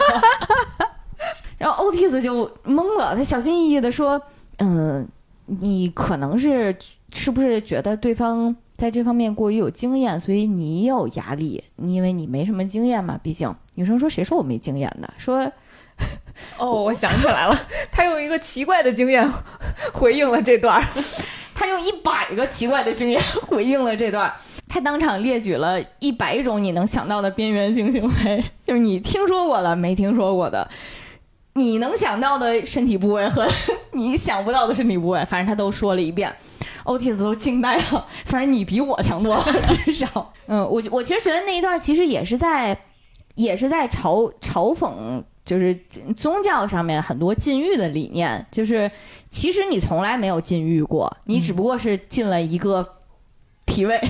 然后欧蒂斯就懵了，他小心翼翼的说嗯，你可能是是不是觉得对方在这方面过于有经验，所以你也有压力，因为你没什么经验嘛。毕竟女生说谁说我没经验的，说哦，我想起来了，他用一个奇怪的经验回应了这段， 他用一百个奇怪的经验回应了这段，他当场列举了一百种你能想到的边缘性行为，就是你听说过的没听说过的，你能想到的身体部位和你想不到的身体部位，反正他都说了一遍。欧蒂斯都惊呆了，反正你比我强多了，至少，嗯，我我其实觉得那一段其实也是在，也是在嘲嘲讽，就是宗教上面很多禁欲的理念，就是其实你从来没有禁欲过，你只不过是进了一个体位，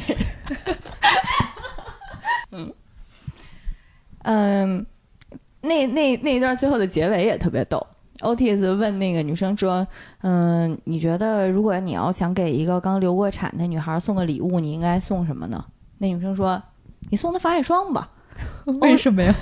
嗯嗯，那那那一段最后的结尾也特别逗。 Otis 问那个女生说：“嗯，你觉得如果你要想给一个刚流过产的女孩送个礼物，你应该送什么呢？”那女生说：“你送她防晒霜吧。” 为什么呀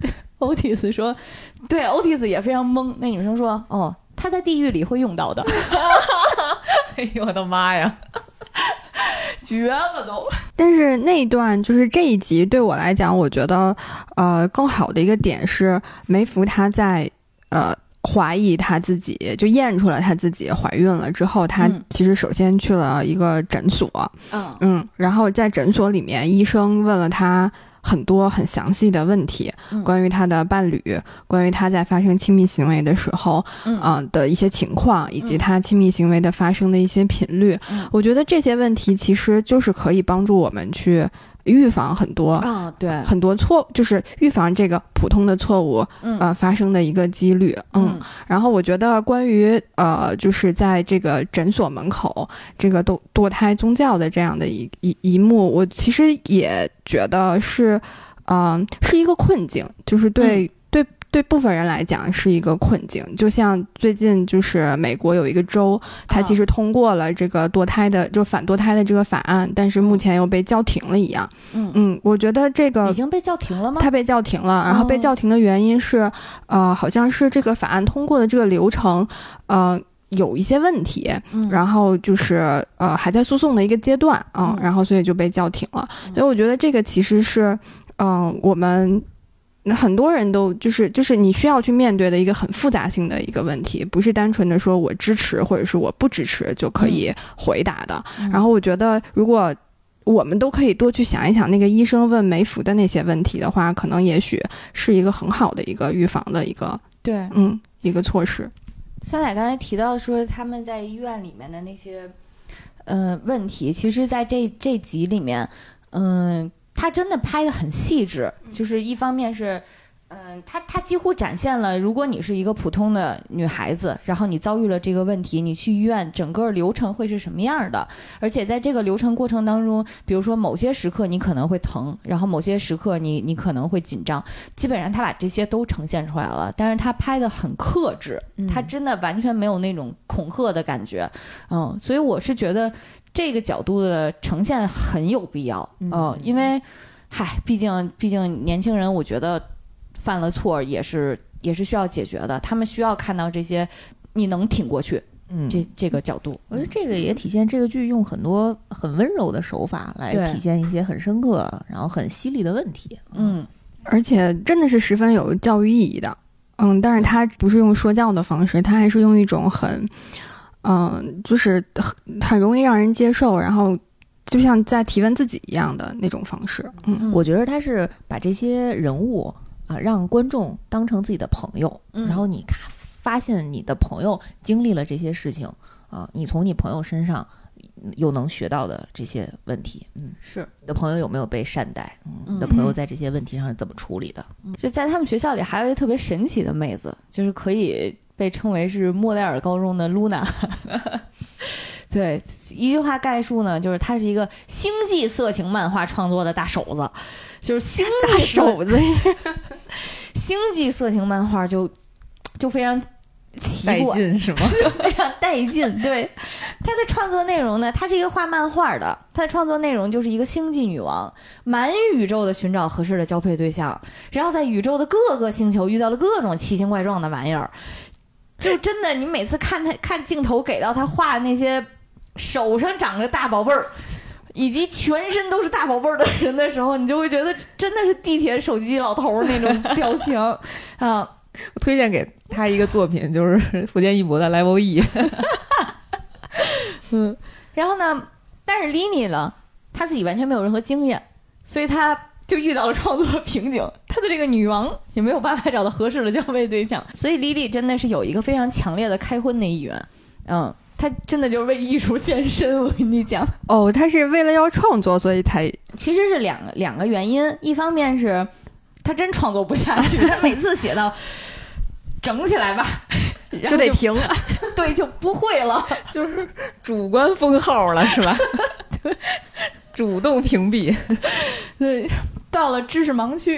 ？Otis 说：“对 ，Otis 也非常懵。”那女生说：“哦，她在地狱里会用到的。” 哎呦我的妈呀！ 绝了都！ 但是那一段就是这一集对我来讲，我觉得呃更好的一个点是梅芙她在呃怀疑她自己，就验出了她自己怀孕了之后，她其实首先去了一个诊所， 嗯嗯，然后在诊所里面，医生问了她很多很详细的问题， 嗯、 关于她的伴侣，关于她在发生亲密行为的时候，嗯、呃、的一些情况，以及她亲密行为的发生的一些频率。 嗯、 我觉得这些问题其实就是可以帮助我们去预防很多啊、哦，对， 很多错，就是预防这个普通的错误， 嗯、 呃发生的一个几率，嗯。嗯然后我觉得关于呃，就是在这个诊所门口这个堕堕胎宗教的这样的一一一幕，我其实也觉得是，嗯、呃，是一个困境，就是对、嗯、对。对部分人来讲是一个困境，就像最近就是美国有一个州，它其实通过了这个堕胎的，就反堕胎的这个法案，但是目前又被叫停了一样。 嗯嗯，我觉得这个已经被叫停了吗？ 它被叫停了，然后被叫停的原因是，呃，好像是这个法案通过的这个流程，呃。有一些问题， 嗯、 然后就是呃还在诉讼的一个阶段啊、嗯，然后所以就被叫停了。 嗯、 所以我觉得这个其实是，嗯、呃，我们。那很多人都就是就是你需要去面对的一个很复杂性的一个问题，不是单纯的说我支持或者是我不支持就可以回答的。 嗯、 然后我觉得如果我们都可以多去想一想那个医生问梅芙的那些问题的话，可能也许是一个很好的一个预防的一个对嗯一个措施。 香仔刚才提到说他们在医院里面的那些呃问题，其实在这这集里面，嗯、呃。他真的拍得很细致，就是一方面是，嗯、呃，他他几乎展现了，如果你是一个普通的女孩子，然后你遭遇了这个问题，你去医院整个流程会是什么样的？而且在这个流程过程当中，比如说某些时刻你可能会疼，然后某些时刻你你可能会紧张，基本上他把这些都呈现出来了，但是他拍得很克制，他真的完全没有那种恐吓的感觉，嗯，所以我是觉得。这个角度的呈现很有必要，嗯、呃，因为，嗨，毕竟毕竟年轻人，我觉得犯了错也是也是需要解决的，他们需要看到这些，你能挺过去，嗯，这这个角度， 我觉得这个也体现这个剧用很多很温柔的手法来体现一些很深刻然后很犀利的问题， 嗯， 而且真的是十分有教育意义的，嗯，但是他不是用说教的方式，他还是用一种很。嗯，就是很很容易让人接受，然后就像在提问自己一样的那种方式。嗯， 我觉得他是把这些人物啊，让观众当成自己的朋友， 嗯、 然后你看发现你的朋友经历了这些事情啊，你从你朋友身上又能学到的这些问题，嗯， 是你的朋友有没有被善待？嗯，你的朋友在这些问题上是怎么处理的？ 嗯，就在他们学校里还有一个特别神奇的妹子，就是可以。被称为是莫代尔高中的露娜，对，一句话概述呢，就是她是一个星际色情漫画创作的大手子，就是星际大手子， 星际色情漫画就就非常奇怪， 带劲是吗？ 非常带劲。对，她的创作内容呢，她是一个画漫画的，她的创作内容就是一个星际女王，满宇宙的寻找合适的交配对象，然后在宇宙的各个星球遇到了各种奇形怪状的玩意儿。就真的，你每次看他看镜头给到他画那些手上长着大宝贝儿，以及全身都是大宝贝儿的人的时候，你就会觉得真的是地铁手机老头那种表情啊！ 我推荐给他一个作品，就是福建一博的 Level E。 嗯，然后呢，但是 Lini 呢，他自己完全没有任何经验，所以他。就遇到了创作瓶颈，她的这个女王也没有办法找到合适的交配对象，所以莉莉真的是有一个非常强烈的开荤的意愿，嗯，她真的就是为艺术献身，我跟你讲。 哦，她是为了要创作，所以才其实是两个两个原因，一方面是她真创作不下去，她每次写到整起来吧， 就, 就得停， 对，就不会了， 就是主观封号了，是吧？对。主动屏蔽， 对，到了知识盲区，而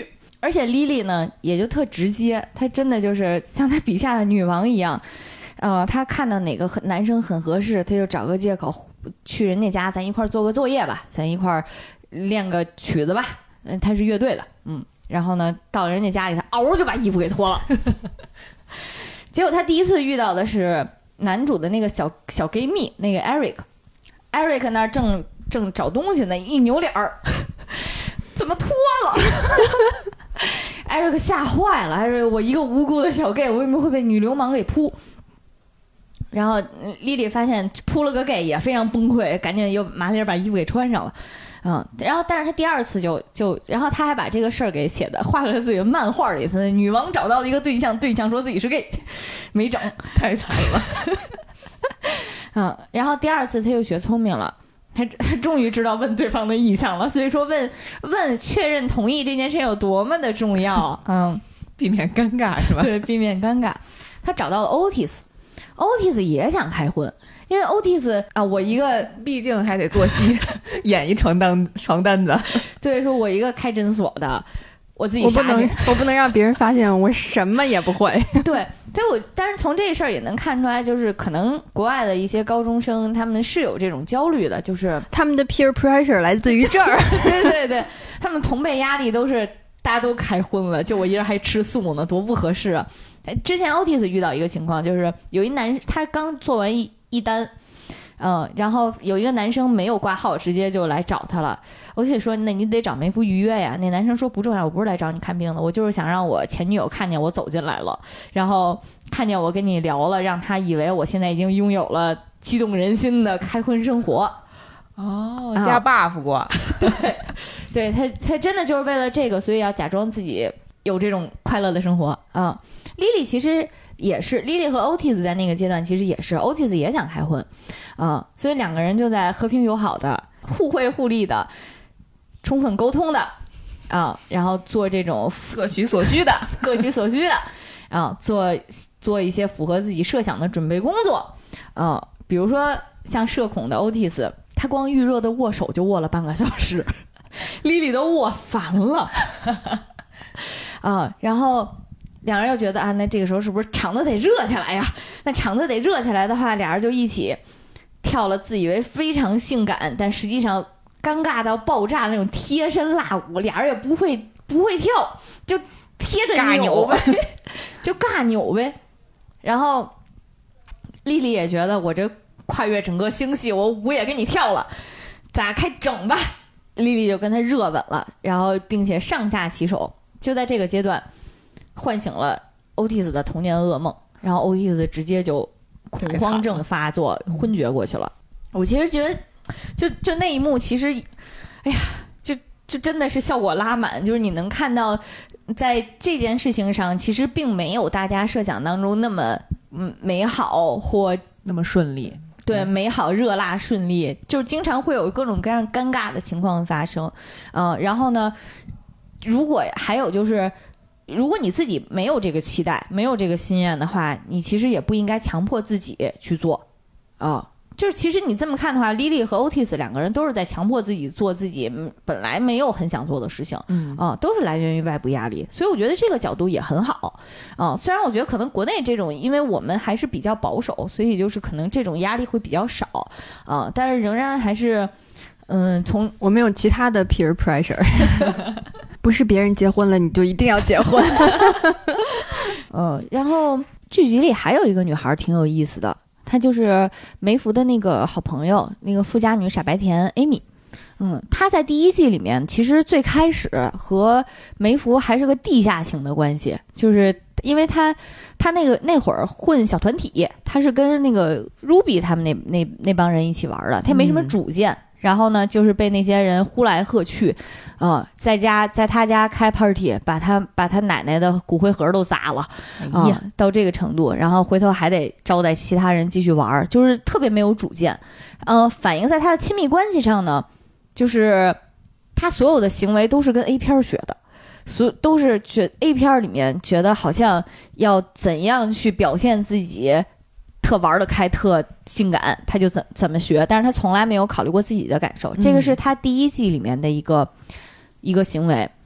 而且 Lily 呢也就特直接，她真的就是像她笔下的女王一样，呃，她看到哪个男生很合适，她就找个借口去人家家，咱一块儿做个作业吧，咱一块儿练个曲子吧。嗯，她是乐队的，嗯，然后呢，到人家家里，她嗷就把衣服给脱了。结果她第一次遇到的是男主的那个小小 gay 蜜，那个 Eric，Eric 那正正找东西呢，一扭脸儿，怎么脱了？艾瑞克吓坏了，艾瑞，我一个无辜的小 gay， 我为什么会被女流氓给扑？然后莉莉发现扑了个 gay 也非常崩溃，赶紧又麻利把衣服给穿上了，嗯，然后但是他第二次就就，然后他还把这个事儿给写的画了自己的漫画里，他的女王找到了一个对象，对象说自己是 gay， 没整， 太惨了， 嗯，然后第二次他又学聪明了。他他终于知道问对方的意向了，所以说问问确认同意这件事有多么的重要，嗯， 避免尴尬是吧？ 对，避免尴尬。他找到了 Otis，Otis 也想开荤，因为 Otis 啊，我一个毕竟还得做戏，演一床单床单子， 对，说我一个开诊所的，我自己我不能杀去， 我不能让别人发现我什么也不会。 对，但是我但是从这事儿也能看出来，就是可能国外的一些高中生他们是有这种焦虑的，就是他们的 peer pressure 来自于这儿。 对对对，他们同辈压力都是大家都开荤了，就我一人还吃素呢，多不合适啊！之前 Otis 遇到一个情况，就是有一男他刚做完一一单。嗯，然后有一个男生没有挂号，直接就来找他了。我就说，那你得找梅夫预约呀。那男生说不重要，我不是来找你看病的，我就是想让我前女友看见我走进来了，然后看见我跟你聊了，让他以为我现在已经拥有了激动人心的开荤生活。 哦，加 buff 过，啊、 对，对他他真的就是为了这个，所以要假装自己有这种快乐的生活啊。Lily 其实也是 ，Lily 和 Otis 在那个阶段其实也是 ，Otis 也想开荤。啊、嗯，所以两个人就在和平友好的、互惠互利的、充分沟通的，啊、嗯，然后做这种各取所需的、 各取所需的，啊、嗯，做做一些符合自己设想的准备工作，啊、嗯，比如说像社恐的 Otis， 他光预热的握手就握了半个小时，Lily 都握烦了，啊、嗯，然后。两人又觉得啊，那这个时候是不是场子得热起来呀？那场子得热起来的话，俩人就一起跳了自以为非常性感，但实际上尴尬到爆炸那种贴身辣舞。俩人也不会不会跳，就贴着扭呗，就尬扭呗。然后丽丽也觉得我这跨越整个星系，我舞也给你跳了，咱开整吧。丽丽就跟他热吻了，然后并且上下其手。就在这个阶段。唤醒了 Otis 的童年噩梦，然后 Otis 直接就恐慌症发作，昏厥过去了。我其实觉得，就就那一幕，其实，哎呀，就就真的是效果拉满，就是你能看到，在这件事情上，其实并没有大家设想当中那么嗯美好或那么顺利。 对，美好、热辣、顺利，就是经常会有各种各样尴尬的情况发生。嗯、呃，然后呢，如果还有就是。如果你自己没有这个期待，没有这个心愿的话，你其实也不应该强迫自己去做，啊、哦，就是其实你这么看的话 ，Lily 和 Otis 两个人都是在强迫自己做自己本来没有很想做的事情，嗯啊、哦，都是来源于外部压力，所以我觉得这个角度也很好，啊、哦，虽然我觉得可能国内这种，因为我们还是比较保守，所以就是可能这种压力会比较少，啊、哦，但是仍然还是。嗯，从我们有其他的 peer pressure， 不是别人结婚了你就一定要结婚。 嗯，然后剧集里还有一个女孩挺有意思的，她就是梅芙的那个好朋友，那个富家女傻白甜 Amy。嗯，她在第一季里面其实最开始和梅芙还是个地下情的关系，就是因为她她那个那会儿混小团体，她是跟那个 Ruby 他们那那那帮人一起玩的，她没什么主见。嗯，然后呢，就是被那些人呼来喝去，呃，在家在他家开 party， 把他把他奶奶的骨灰盒都砸了，啊、呃，到这个程度，然后回头还得招待其他人继续玩，就是特别没有主见。呃，反映在他的亲密关系上呢，就是他所有的行为都是跟 A 片学的，所都是觉 A 片里面觉得好像要怎样去表现自己。特玩得开，特性感，他就怎怎么学，但是他从来没有考虑过自己的感受，这个是他第一季里面的一个一个行为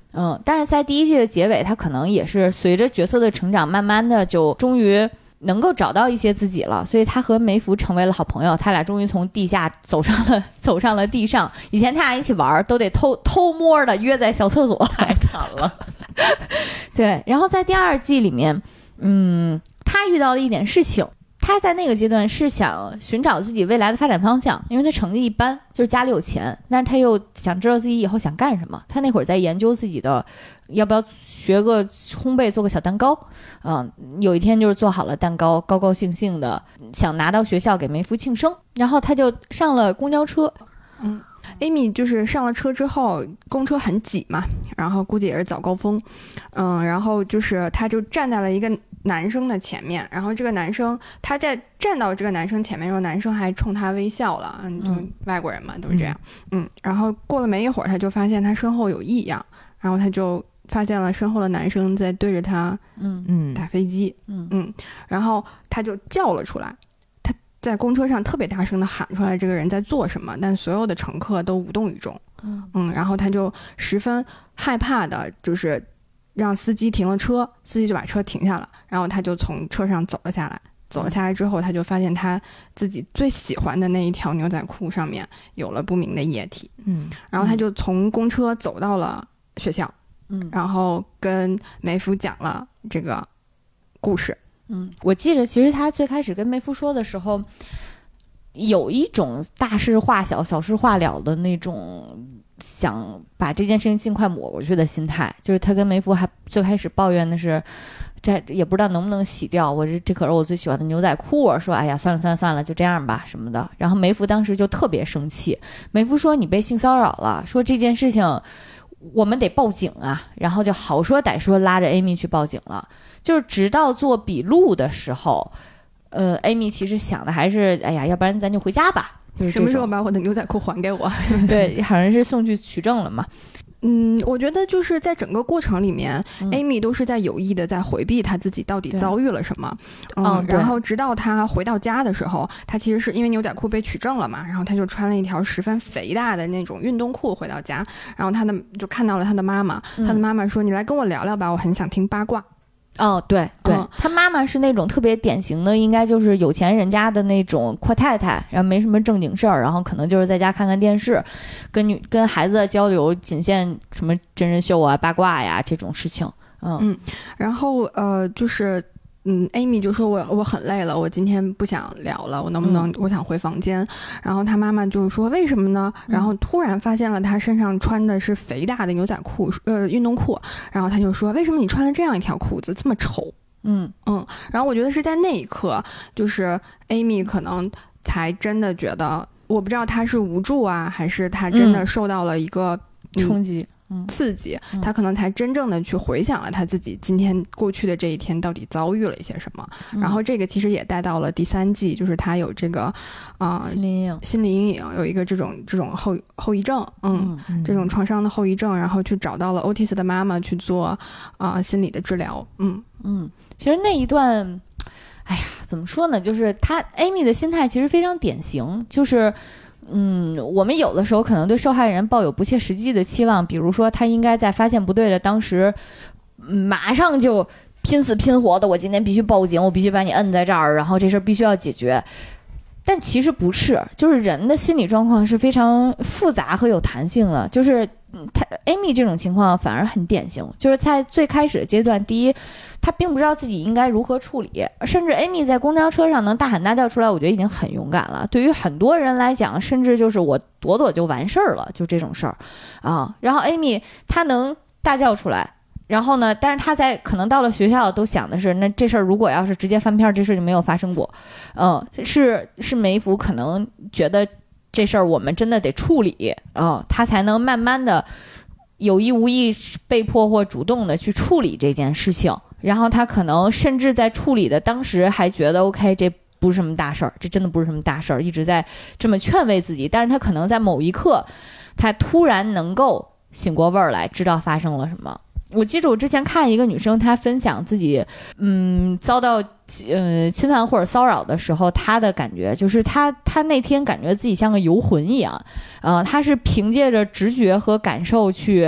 嗯，但是在第一季的结尾，他可能也是随着角色的成长，慢慢的就终于能够找到一些自己了，所以他和梅芙成为了好朋友，他俩终于从地下走上了走上了地上。以前他俩一起玩都得偷偷摸的约在小厕所， 太惨了。 对，然后在第二季里面，嗯，他遇到了一点事情。他在那个阶段是想寻找自己未来的发展方向，因为他成绩一般，就是家里有钱，但是他又想知道自己以后想干什么。他那会儿在研究自己的要不要学个烘焙，做个小蛋糕。嗯，有一天就是做好了蛋糕，高高兴兴的想拿到学校给梅芙庆生，然后他就上了公交车。 嗯，Amy 就是上了车之后，公车很挤嘛，然后估计也是早高峰，嗯，然后就是他就站在了一个男生的前面，然后这个男生他在站到这个男生前面的时候，男生还冲他微笑了，嗯，就外国人嘛，都是这样，嗯，然后过了没一会儿，他就发现他身后有异样，然后他就发现了身后的男生在对着他， 嗯嗯，打飞机，嗯嗯，然后他就叫了出来。在公车上特别大声的喊出来这个人在做什么，但所有的乘客都无动于衷。嗯嗯，然后他就十分害怕的，就是让司机停了车，司机就把车停下了，然后他就从车上走了下来。走了下来之后，他就发现他自己最喜欢的那一条牛仔裤上面有了不明的液体。嗯，然后他就从公车走到了学校，嗯，然后跟梅芙讲了这个故事。 嗯，我记得其实他最开始跟梅芙说的时候，有一种大事化小、小事化了的那种想把这件事情尽快抹过去的心态。就是他跟梅芙还最开始抱怨的是，这也不知道能不能洗掉，我这这可是我最喜欢的牛仔裤，说哎呀算了算了算了，就这样吧什么的。然后梅芙当时就特别生气，梅芙说你被性骚扰了，说这件事情我们得报警啊，然后就好说歹说拉着 Amy 去报警了。就是直到做笔录的时候，呃 ，Amy 其实想的还是，哎呀，要不然咱就回家吧。就是什么时候把我的牛仔裤还给我？ 对，好像是送去取证了嘛。 嗯，我觉得就是在整个过程里面、嗯、Amy 都是在有意的在回避她自己到底遭遇了什么。嗯、哦，然后直到她回到家的时候，她其实是因为牛仔裤被取证了嘛，然后她就穿了一条十分肥大的那种运动裤回到家，然后她的就看到了她的妈妈，她、嗯、的妈妈说：“你来跟我聊聊吧，我很想听八卦。” 哦，对对、嗯，他妈妈是那种特别典型的，应该就是有钱人家的那种阔太太，然后没什么正经事儿，然后可能就是在家看看电视，跟女跟孩子交流仅限什么真人秀啊、八卦呀这种事情。嗯嗯，然后呃就是。嗯 ，Amy 就说我我很累了，我今天不想聊了，我能不能、嗯、我想回房间？然后他妈妈就说为什么呢？嗯、然后突然发现了他身上穿的是肥大的牛仔裤，呃，运动裤。然后他就说为什么你穿了这样一条裤子这么丑？嗯嗯。然后我觉得是在那一刻，就是 Amy 可能才真的觉得，我不知道他是无助啊，还是他真的受到了一个、 嗯、冲击。 刺激，他可能才真正的去回想了他自己今天过去的这一天到底遭遇了一些什么、嗯、然后这个其实也带到了第三季，就是他有这个啊、呃、 心理阴影心理阴影有一个这种这种后后遗症 嗯, 嗯这种创伤的后遗症，然后去找到了 Otis 的妈妈去做啊、呃、心理的治疗。嗯嗯，其实那一段哎呀怎么说呢，就是他 Amy 的心态其实非常典型，就是嗯，我们有的时候可能对受害人抱有不切实际的期望，比如说他应该在发现不对的当时、嗯、马上就拼死拼活的，我今天必须报警，我必须把你摁在这儿，然后这事儿必须要解决。但其实不是，就是人的心理状况是非常复杂和有弹性的，就是他 Amy 这种情况反而很典型，就是在最开始的阶段，第一他并不知道自己应该如何处理，甚至 Amy 在公交车上能大喊大叫出来，我觉得已经很勇敢了。对于很多人来讲，甚至就是我躲躲就完事儿了，就这种事儿啊。然后 Amy 她能大叫出来，然后呢，但是他在可能到了学校都想的是，那这事儿如果要是直接翻篇，这事就没有发生过。嗯，是是梅芙可能觉得这事儿我们真的得处理啊、嗯，他才能慢慢的有意无意被迫或主动的去处理这件事情。然后他可能甚至在处理的当时还觉得 OK， 这不是什么大事儿，这真的不是什么大事儿，一直在这么劝慰自己。但是他可能在某一刻，他突然能够醒过味儿来，知道发生了什么。我记得我之前看一个女生，她分享自己嗯遭到呃侵犯或者骚扰的时候，她的感觉就是她她那天感觉自己像个游魂一样，呃，她是凭借着直觉和感受去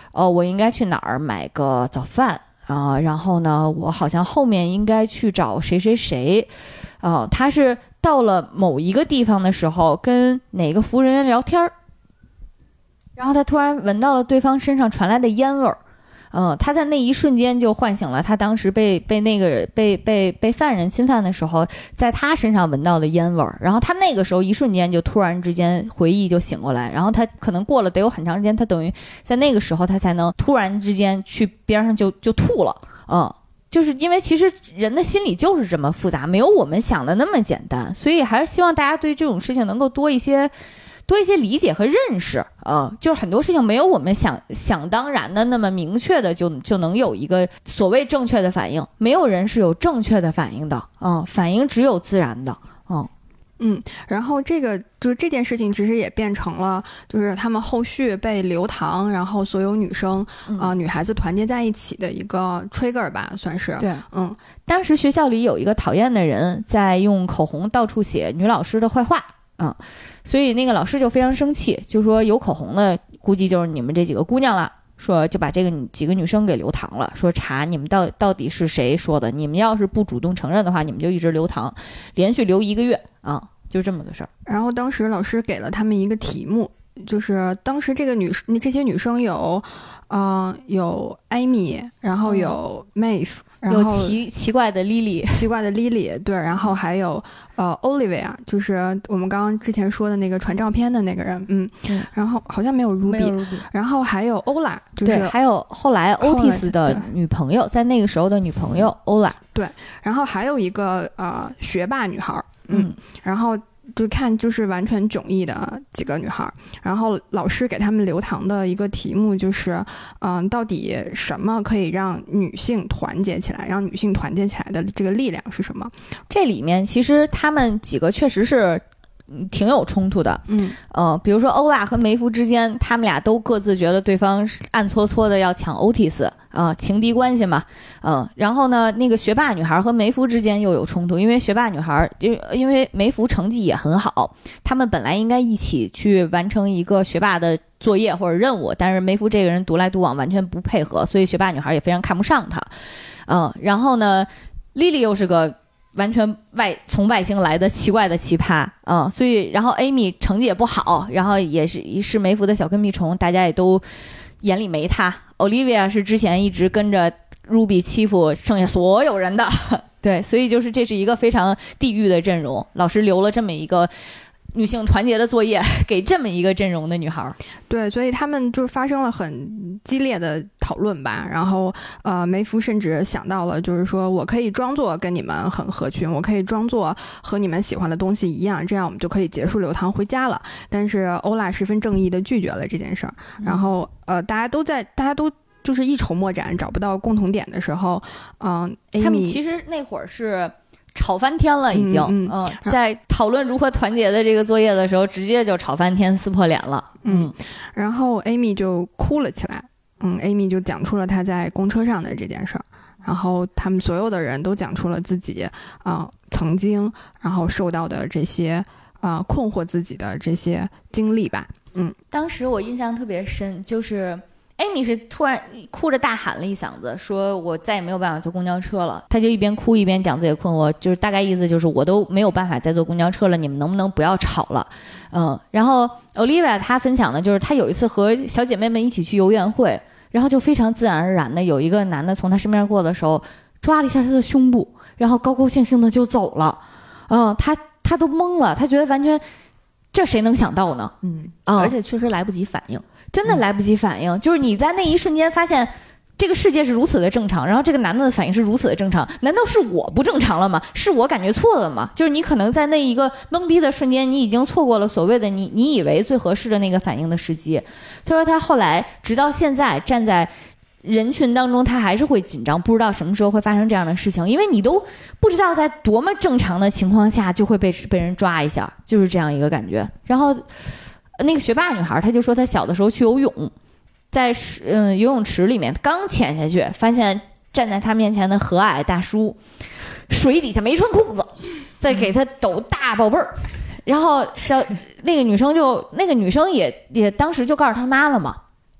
哦，我应该去哪儿买个早饭啊、呃？然后呢，我好像后面应该去找谁谁谁，啊、呃，他是到了某一个地方的时候，跟哪个服务人员聊天儿，然后他突然闻到了对方身上传来的烟味儿。嗯，他在那一瞬间就唤醒了他当时被被那个被被被犯人侵犯的时候，在他身上闻到的烟味儿。然后他那个时候一瞬间就突然之间回忆就醒过来，然后他可能过了得有很长时间，他等于在那个时候他才能突然之间去边上就就吐了。嗯，就是因为其实人的心理就是这么复杂，没有我们想的那么简单，所以还是希望大家对这种事情能够多一些。多一些理解和认识啊、呃，就是很多事情没有我们想想当然的那么明确的就就能有一个所谓正确的反应，没有人是有正确的反应的啊、呃，反应只有自然的啊。 嗯，然后这个就是这件事情其实也变成了，就是他们后续被留堂，然后所有女生啊、嗯呃、女孩子团结在一起的一个 trigger 吧，算是。 对， 嗯， 当时学校里有一个讨厌的人在用口红到处写女老师的坏话。嗯，所以那个老师就非常生气，就说有口红的估计就是你们这几个姑娘了，说就把这个几个女生给留堂了，说查你们到到底是谁说的，你们要是不主动承认的话，你们就一直留堂，连续留一个月啊，就这么个事儿。 然后当时老师给了他们一个题目，就是当时这个女这些女生有，呃，有艾米，然后有 Maeve。然后有奇奇怪的 Lily， 奇怪的 Lily， 对，然后还有呃 Olivia， 就是我们刚刚之前说的那个传照片的那个人，嗯，嗯然后好像没有 Ruby， 没有 Ruby， 然后还有 Ola， 就是对，还有后来 Otis 的女朋友，在那个时候的女朋友 Ola， 对，然后还有一个呃学霸女孩，嗯，嗯然后。就看就是完全迥异的几个女孩，然后老师给他们留堂的一个题目就是，嗯、呃，到底什么可以让女性团结起来？让女性团结起来的这个力量是什么？ 这里面其实他们几个确实是挺有冲突的， 嗯， 呃，比如说欧拉和梅芙之间，他们俩都各自觉得对方暗搓搓的要抢欧蒂斯啊、呃，情敌关系嘛，嗯、呃，然后呢，那个学霸女孩和梅芙之间又有冲突，因为学霸女孩就因为梅芙成绩也很好，他们本来应该一起去完成一个学霸的作业或者任务，但是梅芙这个人独来独往，完全不配合，所以学霸女孩也非常看不上他，嗯、呃，然后呢，莉莉又是个。完全外从外星来的奇怪的奇葩，嗯，所以然后 Amy 成绩也不好，然后也是是梅芙的小跟屁虫，大家也都眼里没她。Olivia 是之前一直跟着 Ruby 欺负剩下所有人的，对，所以就是这是一个非常地狱的阵容。老师留了这么一个女性团结的作业给这么一个阵容的女孩， 对，所以他们就发生了很激烈的讨论吧。然后，呃，梅芙甚至想到了，就是说我可以装作跟你们很合群，我可以装作和你们喜欢的东西一样，这样我们就可以结束留堂回家了。但是欧拉十分正义的拒绝了这件事儿。然后，呃，大家都在，大家都就是一筹莫展，找不到共同点的时候，嗯、呃， 他们其实那会儿是。吵翻天了，已经，嗯，嗯在讨论如何团结的这个作业的时候，直接就吵翻天、撕破脸了， 嗯，然后 Amy 就哭了起来，嗯 ，Amy 就讲出了她在公车上的这件事儿，然后他们所有的人都讲出了自己啊、呃、曾经然后受到的这些啊、呃、困惑自己的这些经历吧，嗯， 当时我印象特别深，就是。Amy 是突然哭着大喊了一嗓子，说我再也没有办法坐公交车了。她就一边哭一边讲自己的困惑，就是大概意思就是我都没有办法再坐公交车了，你们能不能不要吵了？嗯，然后 Olivia 她分享的就是她有一次和小姐妹们一起去游园会，然后就非常自然而然的有一个男的从她身边过的时候，抓了一下她的胸部，然后高高兴兴的就走了。嗯，她她都懵了，她觉得完全这谁能想到呢？ 嗯，嗯而且确实来不及反应。 真的来不及反应、嗯、就是你在那一瞬间发现这个世界是如此的正常，然后这个男的的反应是如此的正常，难道是我不正常了吗？是我感觉错了吗？就是你可能在那一个懵逼的瞬间，你已经错过了所谓的你你以为最合适的那个反应的时机。他说他后来直到现在站在人群当中，他还是会紧张，不知道什么时候会发生这样的事情，因为你都不知道在多么正常的情况下就会被被人抓一下，就是这样一个感觉。然后那个学霸女孩，她就说她小的时候去游泳，在嗯游泳池里面刚潜下去，发现站在她面前的和蔼大叔，水底下没穿裤子，在给她抖大宝贝儿。然后小那个女生就那个女生也也当时就告诉她妈了嘛，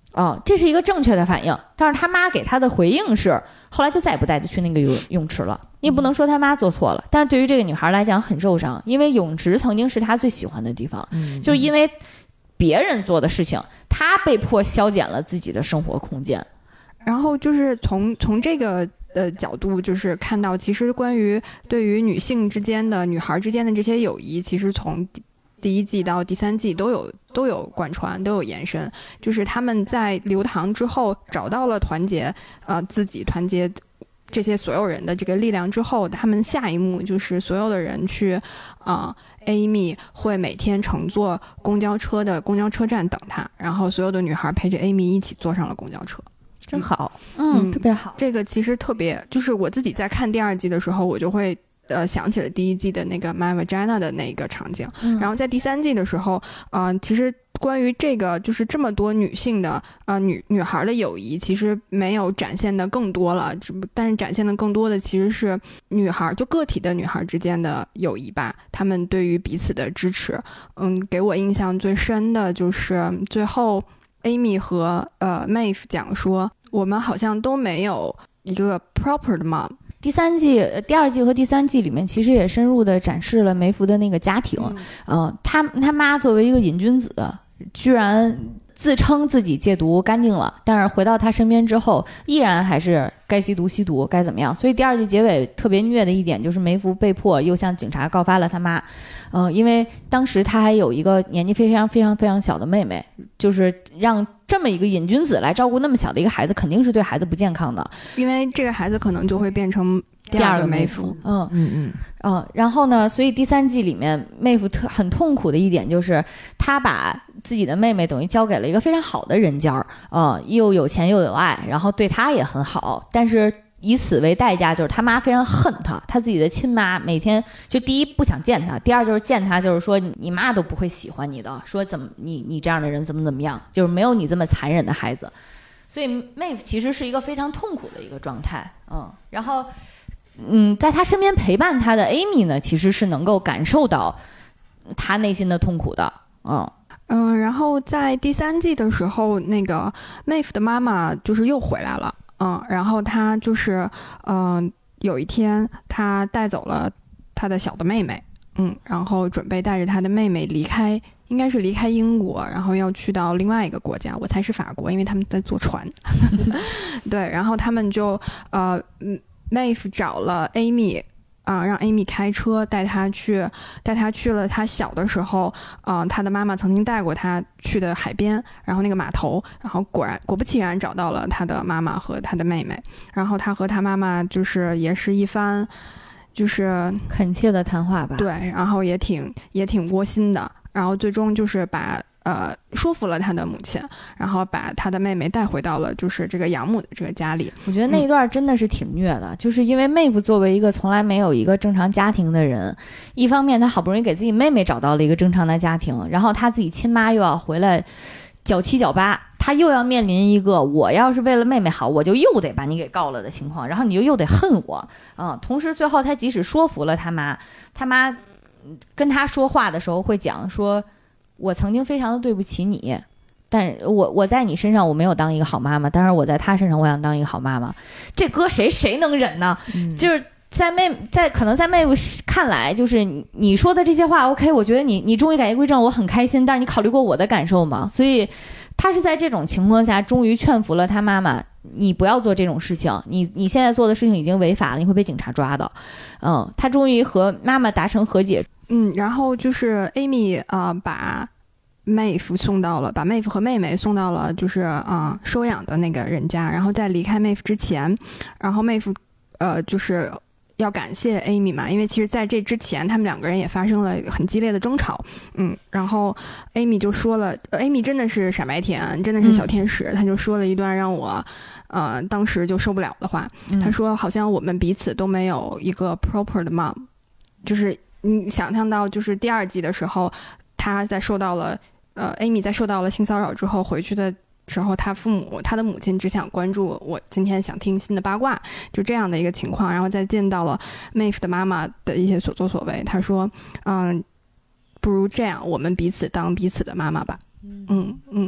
哦，这是一个正确的反应。但是他妈给他的回应是，后来就再也不带他去那个游泳池了。你也不能说他妈做错了，但是对于这个女孩来讲很受伤，因为泳池曾经是她最喜欢的地方， 嗯、 就是因为别人做的事情，她被迫削减了自己的生活空间。 然后就是从从这个呃角度，就是看到其实关于对于女性之间的、女孩之间的这些友谊，其实从第一季到第三季都有都有贯穿，都有延伸。就是他们在流堂之后找到了团结呃自己团结这些所有人的这个力量之后，他们下一幕就是所有的人去啊、呃、Amy 会每天乘坐公交车的公交车站等她，然后所有的女孩陪着 Amy 一起坐上了公交车。 真好， 嗯， 特别好。 这个其实特别，就是我自己在看第二季的时候，我就会呃想起了第一季的那个 My Vagina 的那个场景， 嗯、 然后在第三季的时候，呃，其实关于这个就是这么多女性的呃女女孩的友谊，其实没有展现的更多了，但是展现的更多的其实是女孩就个体的女孩之间的友谊吧，她们对于彼此的支持。嗯，给我印象最深的就是最后 Amy 和呃 Maeve 讲说，我们好像都没有一个 proper 的 mom。 第三季、第二季和第三季里面，其实也深入的展示了梅芙的那个家庭。嗯、呃，他他妈作为一个瘾君子，居然自称自己戒毒干净了，但是回到他身边之后，依然还是该吸毒吸毒，该怎么样？所以第二季结尾特别虐的一点就是梅芙被迫又向警察告发了他妈。嗯、呃，因为当时他还有一个年纪非常非常非常小的妹妹，就是让这么一个瘾君子来照顾那么小的一个孩子，肯定是对孩子不健康的， 因为这个孩子可能就会变成第二个梅芙。 嗯嗯嗯嗯，然后呢，所以第三季里面妹夫特很痛苦的一点就是他把自己的妹妹等于交给了一个非常好的人家儿，嗯，又有钱又有爱，然后对他也很好，但是以此为代价就是他妈非常恨他，他自己的亲妈每天就第一不想见他，第二就是见他就是说你妈都不会喜欢你的，说怎么你你这样的人怎么怎么样，就是没有你这么残忍的孩子。所以妹夫其实是一个非常痛苦的一个状态。嗯，然后嗯，在他身边陪伴他的 Amy 呢，其实是能够感受到他内心的痛苦的。嗯嗯，然后在第三季的时候，那个 Maeve 的妈妈就是又回来了。嗯，然后她就是嗯、呃，有一天她带走了她的小的妹妹，嗯，然后准备带着她的妹妹离开，应该是离开英国，然后要去到另外一个国家，我猜是法国，因为他们在坐船。对，然后他们就呃 Maeve 找了 Amy。啊、呃，让 Amy 开车带她去，带她去了她小的时候，呃，她的妈妈曾经带过她去的海边，然后那个码头，然后果然果不其然找到了她的妈妈和她的妹妹，然后她和她妈妈就是也是一番，就是恳切的谈话吧， 对，然后也挺也挺窝心的，然后最终就是把。呃，说服了他的母亲，然后把他的妹妹带回到了就是这个养母的这个家里。 我觉得那一段真的是挺虐的，嗯、就是因为妹夫作为一个从来没有一个正常家庭的人，一方面他好不容易给自己妹妹找到了一个正常的家庭，然后他自己亲妈又要回来搅七搅八，他又要面临一个我要是为了妹妹好，我就又得把你给告了的情况，然后你就又得恨我，嗯，同时最后他即使说服了他妈，他妈跟他说话的时候会讲说。我曾经非常的对不起你，但我我在你身上我没有当一个好妈妈，但是我在他身上我想当一个好妈妈，这搁谁谁能忍呢？嗯、就是在妹在可能在妹夫看来，就是你说的这些话 OK， 我觉得你你终于改邪归正，我很开心，但是你考虑过我的感受吗？所以他是在这种情况下终于劝服了他妈妈，你不要做这种事情，你你现在做的事情已经违法了，你会被警察抓的。嗯，他终于和妈妈达成和解。 嗯，然后就是 Amy 呃把妹夫送到了，把妹夫和妹妹送到了就是啊、呃、收养的那个人家，然后在离开妹夫之前，然后妹夫呃就是要感谢 Amy 嘛，因为其实在这之前他们两个人也发生了很激烈的争吵，嗯，然后 Amy 就说了、呃、，Amy 真的是傻白甜，真的是小天使，嗯、他就说了一段让我呃当时就受不了的话，嗯、他说好像我们彼此都没有一个 proper 的 mom， 就是你想象到就是第二季的时候，他在受到了呃 Amy 在受到了性骚扰之后回去的时候，他父母他的母亲只想关注我今天想听新的八卦，就这样的一个情况，然后再见到了 Maeve 的妈妈的一些所作所为，他说嗯，不如这样，我们彼此当彼此的妈妈吧。嗯嗯，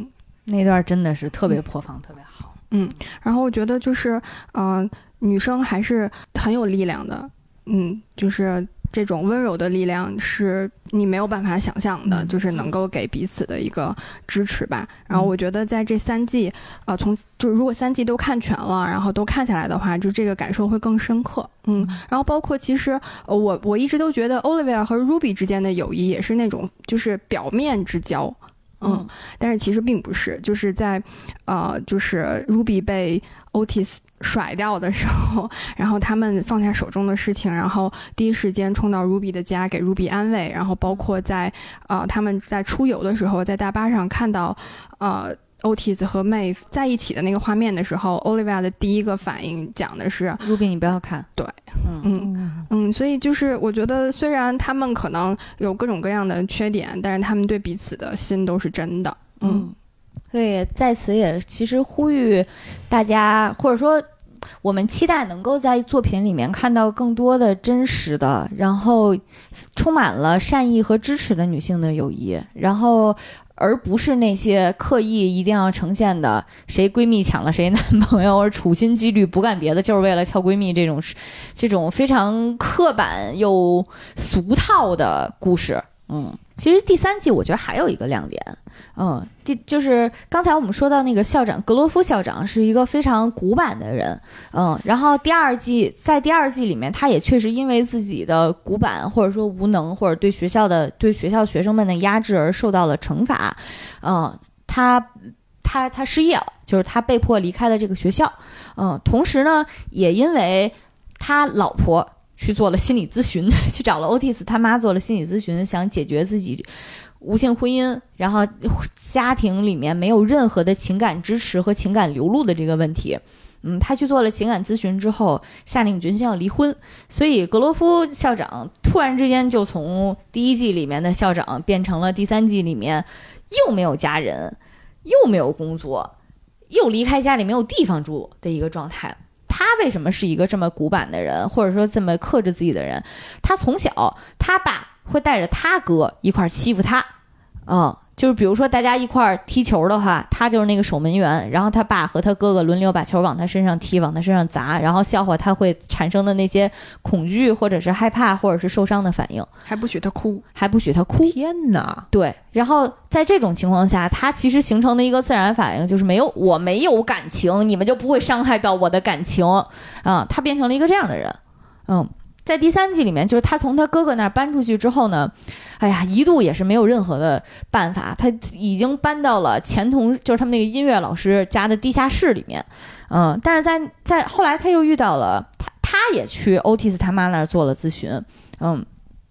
那段真的是特别破防、嗯、特别好。 嗯，然后我觉得就是呃女生还是很有力量的，嗯，就是这种温柔的力量是你没有办法想象的，嗯、就是能够给彼此的一个支持吧。然后我觉得在这三季，呃，从就是如果三季都看全了，然后都看下来的话，就这个感受会更深刻。嗯，然后包括其实呃我我一直都觉得 Olivia 和 Ruby 之间的友谊也是那种就是表面之交。嗯，但是其实并不是，就是在，呃，就是 Ruby 被 Otis 甩掉的时候，然后他们放下手中的事情，然后第一时间冲到 Ruby 的家给 Ruby 安慰，然后包括在，呃，他们在出游的时候，在大巴上看到，呃。Otis 和 Maeve 在一起的那个画面的时候 Olivia 的第一个反应讲的是 Ruby 你不要看， 对，嗯嗯嗯，所以就是我觉得虽然他们可能有各种各样的缺点，但是他们对彼此的心都是真的。嗯， 所以在此也其实呼吁大家，或者说我们期待能够在作品里面看到更多的真实的，然后充满了善意和支持的女性的友谊，然后而不是那些刻意一定要呈现的谁闺蜜抢了谁男朋友，而处心积虑不干别的就是为了撬闺蜜这种这种非常刻板又俗套的故事。嗯，其实第三季我觉得还有一个亮点，嗯，第就是刚才我们说到那个校长格罗夫校长是一个非常古板的人，嗯，然后第二季在第二季里面，他也确实因为自己的古板或者说无能，或者对学校的对学校学生们的压制而受到了惩罚，嗯，他他他失业了，就是他被迫离开了这个学校，嗯，同时呢，也因为他老婆去做了心理咨询，去找了 Otis 他妈做了心理咨询，想解决自己无性婚姻，然后家庭里面没有任何的情感支持和情感流露的这个问题。嗯，他去做了情感咨询之后，下定决心要离婚。所以格罗夫校长突然之间就从第一季里面的校长变成了第三季里面又没有家人，又没有工作，又离开家里没有地方住的一个状态。他为什么是一个这么古板的人，或者说这么克制自己的人？他从小他爸会带着他哥一块欺负他，嗯，就是比如说大家一块踢球的话，他就是那个守门员，然后他爸和他哥哥轮流把球往他身上踢，往他身上砸，然后笑话他会产生的那些恐惧或者是害怕或者是受伤的反应， 还不许他哭， 还不许他哭。 天哪！ 对，然后在这种情况下，他其实形成的一个自然反应就是没有我没有感情，你们就不会伤害到我的感情啊、嗯。他变成了一个这样的人，嗯。在第三季里面，就是他从他哥哥那儿搬出去之后呢，哎呀，一度也是没有任何的办法，他已经搬到了前同就是他们那个音乐老师家的地下室里面，嗯，但是在在后来他又遇到了他，他也去 Otis 他妈那儿做了咨询，嗯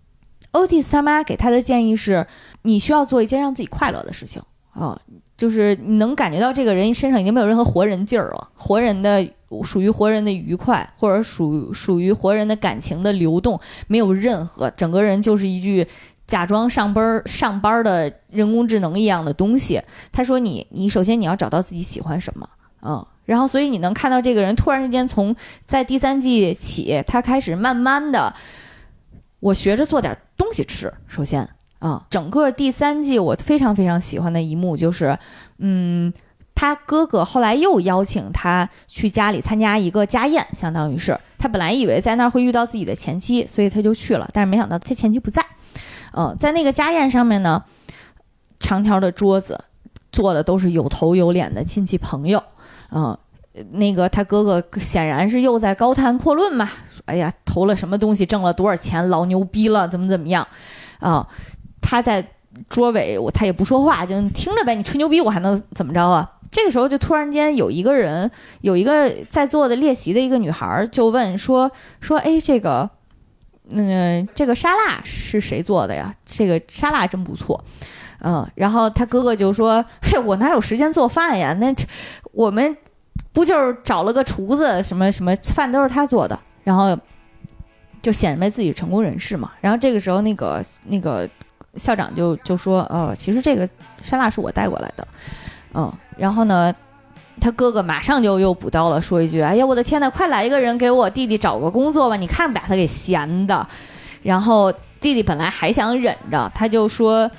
，Otis 他妈给他的建议是，你需要做一件让自己快乐的事情啊、嗯，就是你能感觉到这个人身上已经没有任何活人劲儿了，活人的。属于活人的愉快，或者属属于活人的感情的流动，没有任何，整个人就是一具假装上班上班的人工智能一样的东西。他说你你首先你要找到自己喜欢什么，嗯，然后所以你能看到这个人突然之间从在第三季起，他开始慢慢的，我学着做点东西吃。首先啊、嗯，整个第三季我非常非常喜欢的一幕就是，嗯。他哥哥后来又邀请他去家里参加一个家宴，相当于是他本来以为在那儿会遇到自己的前妻，所以他就去了，但是没想到他前妻不在。嗯，在那个家宴上面呢，长条的桌子坐的都是有头有脸的亲戚朋友。嗯，那个他哥哥显然是又在高谈阔论嘛，哎呀，投了什么东西，挣了多少钱，老牛逼了，怎么怎么样啊？他在桌尾，我他也不说话，就听着呗，你吹牛逼，我还能怎么着啊？这个时候就突然间有一个人，有一个在座的列席的一个女孩就问说说，哎，这个，嗯，这个沙拉是谁做的呀？这个沙拉真不错，嗯，然后他哥哥就说，嘿，我哪有时间做饭呀？那我们不就是找了个厨子，什么什么饭都是他做的，然后就显摆自己成功人士嘛。然后这个时候那个那个校长就就说，呃，其实这个沙拉是我带过来的。嗯，然后呢，他哥哥马上就又补刀了，说一句：“哎呀，我的天哪，快来一个人给我弟弟找个工作吧！你看把他给闲的。”然后弟弟本来还想忍着，他就说：“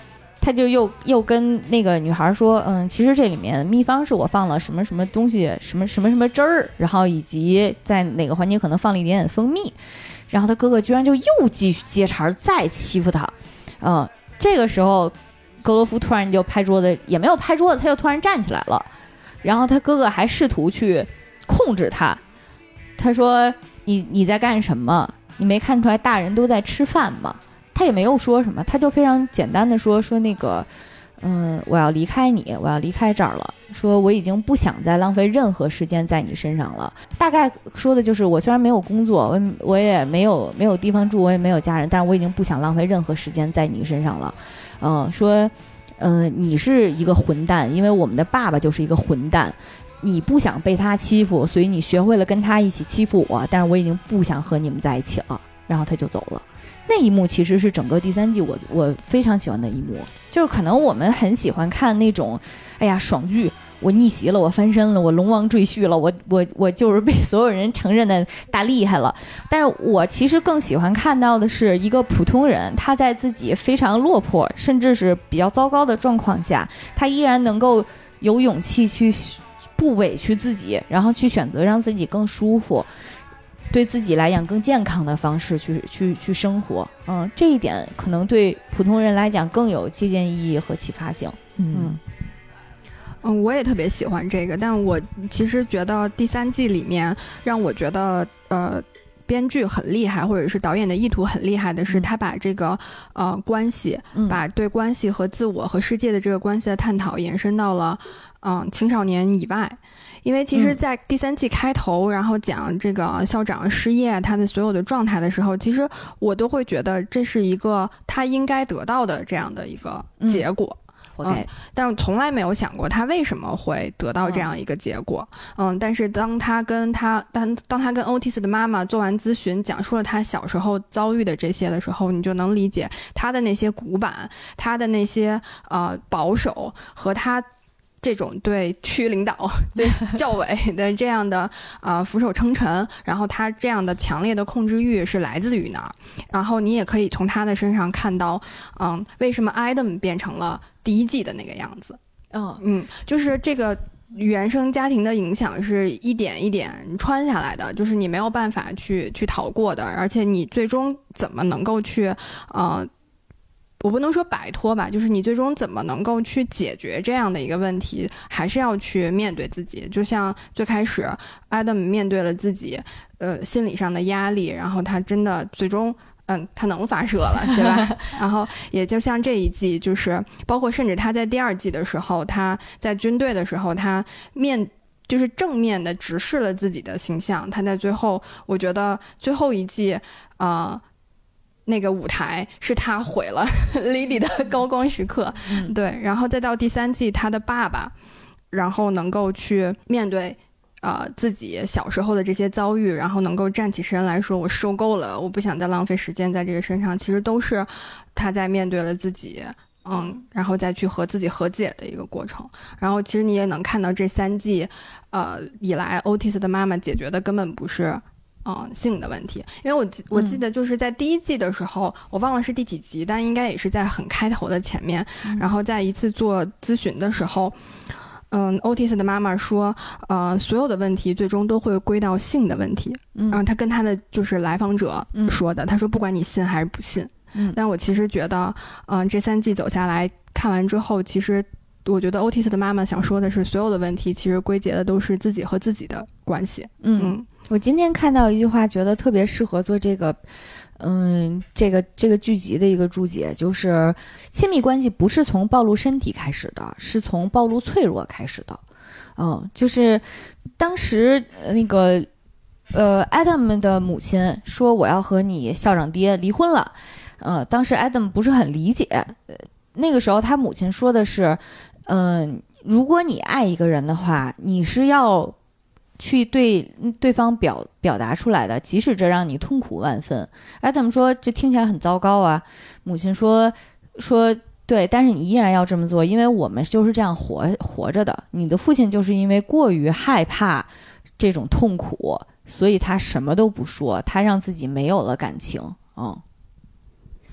他就又又跟那个女孩说，嗯，其实这里面秘方是我放了什么什么东西，什么什么什么汁儿，然后以及在哪个环节可能放了一点点蜂蜜，然后他哥哥居然就又继续接茬再欺负他，嗯，这个时候格罗夫突然就拍桌子，也没有拍桌子，他就突然站起来了，然后他哥哥还试图去控制他，他说你你在干什么？你没看出来大人都在吃饭吗？他也没有说什么，他就非常简单的说说那个，嗯，我要离开你，我要离开这儿了。说我已经不想再浪费任何时间在你身上了。大概说的就是我虽然没有工作，我我也没有没有地方住，我也没有家人，但是我已经不想浪费任何时间在你身上了。嗯，说，嗯、呃，你是一个混蛋，因为我们的爸爸就是一个混蛋。你不想被他欺负，所以你学会了跟他一起欺负我，但是我已经不想和你们在一起了。然后他就走了。那一幕其实是整个第三季我我非常喜欢的一幕，就是可能我们很喜欢看那种，哎呀爽剧，我逆袭了，我翻身了，我龙王赘婿了，我我我就是被所有人承认的大厉害了。但是我其实更喜欢看到的是一个普通人，他在自己非常落魄，甚至是比较糟糕的状况下，他依然能够有勇气去不委屈自己，然后去选择让自己更舒服，对自己来讲更健康的方式去去去生活。嗯，这一点可能对普通人来讲更有借鉴意义和启发性。 嗯嗯，我也特别喜欢这个，但我其实觉得第三季里面让我觉得呃编剧很厉害，或者是导演的意图很厉害的是，他把这个呃关系、嗯，把对关系和自我和世界的这个关系的探讨延伸到了嗯、呃、青少年以外。因为其实在第三季开头、嗯、然后讲这个校长失业他的所有的状态的时候，其实我都会觉得这是一个他应该得到的这样的一个结果。 嗯嗯、 但我从来没有想过他为什么会得到这样一个结果。嗯，但是当他跟他当当他跟 Otis 的妈妈做完咨询，讲述了他小时候遭遇的这些的时候，你就能理解他的那些古板，他的那些呃保守和他这种对区领导、对教委的这样的呃俯首称臣，然后他这样的强烈的控制欲是来自于哪儿？然后你也可以从他的身上看到，嗯，为什么 Adam 变成了第一季的那个样子？ 嗯嗯，就是这个原生家庭的影响是一点一点穿下来的，就是你没有办法去去逃过的，而且你最终怎么能够去呃。我不能说摆脱吧，就是你最终怎么能够去解决这样的一个问题，还是要去面对自己。就像最开始 Adam 面对了自己呃心理上的压力，然后他真的最终嗯他能发射了，对吧？然后也就像这一季，就是包括甚至他在第二季的时候，他在军队的时候，他面就是正面的直视了自己的形象。他在最后，我觉得最后一季呃那个舞台是他毁了 Lily 的高光时刻、嗯、对，然后再到第三季他的爸爸，然后能够去面对呃自己小时候的这些遭遇，然后能够站起身来说我受够了，我不想再浪费时间在这个身上，其实都是他在面对了自己嗯，然后再去和自己和解的一个过程。然后其实你也能看到这三季呃以来 Otis 的妈妈解决的根本不是嗯，性的问题。因为我记我记得就是在第一季的时候、嗯、我忘了是第几集，但应该也是在很开头的前面、嗯、然后在一次做咨询的时候嗯 Otis 的妈妈说呃，所有的问题最终都会归到性的问题。嗯，然后他跟他的就是来访者说的、嗯、他说不管你信还是不信。嗯，但我其实觉得嗯、呃，这三季走下来看完之后，其实我觉得 Otis 的妈妈想说的是所有的问题其实归结的都是自己和自己的关系。嗯嗯， 我今天看到一句话觉得特别适合做这个嗯这个这个剧集的一个注解，就是亲密关系不是从暴露身体开始的，是从暴露脆弱开始的。嗯，就是当时那个呃 Adam 的母亲说我要和你校长爹离婚了，呃当时 Adam 不是很理解，呃那个时候他母亲说的是嗯、呃，如果你爱一个人的话，你是要去对对方表表达出来的，即使这让你痛苦万分。Adam 说这听起来很糟糕啊，母亲说说对，但是你依然要这么做，因为我们就是这样活活着的。你的父亲就是因为过于害怕这种痛苦，所以他什么都不说，他让自己没有了感情。嗯，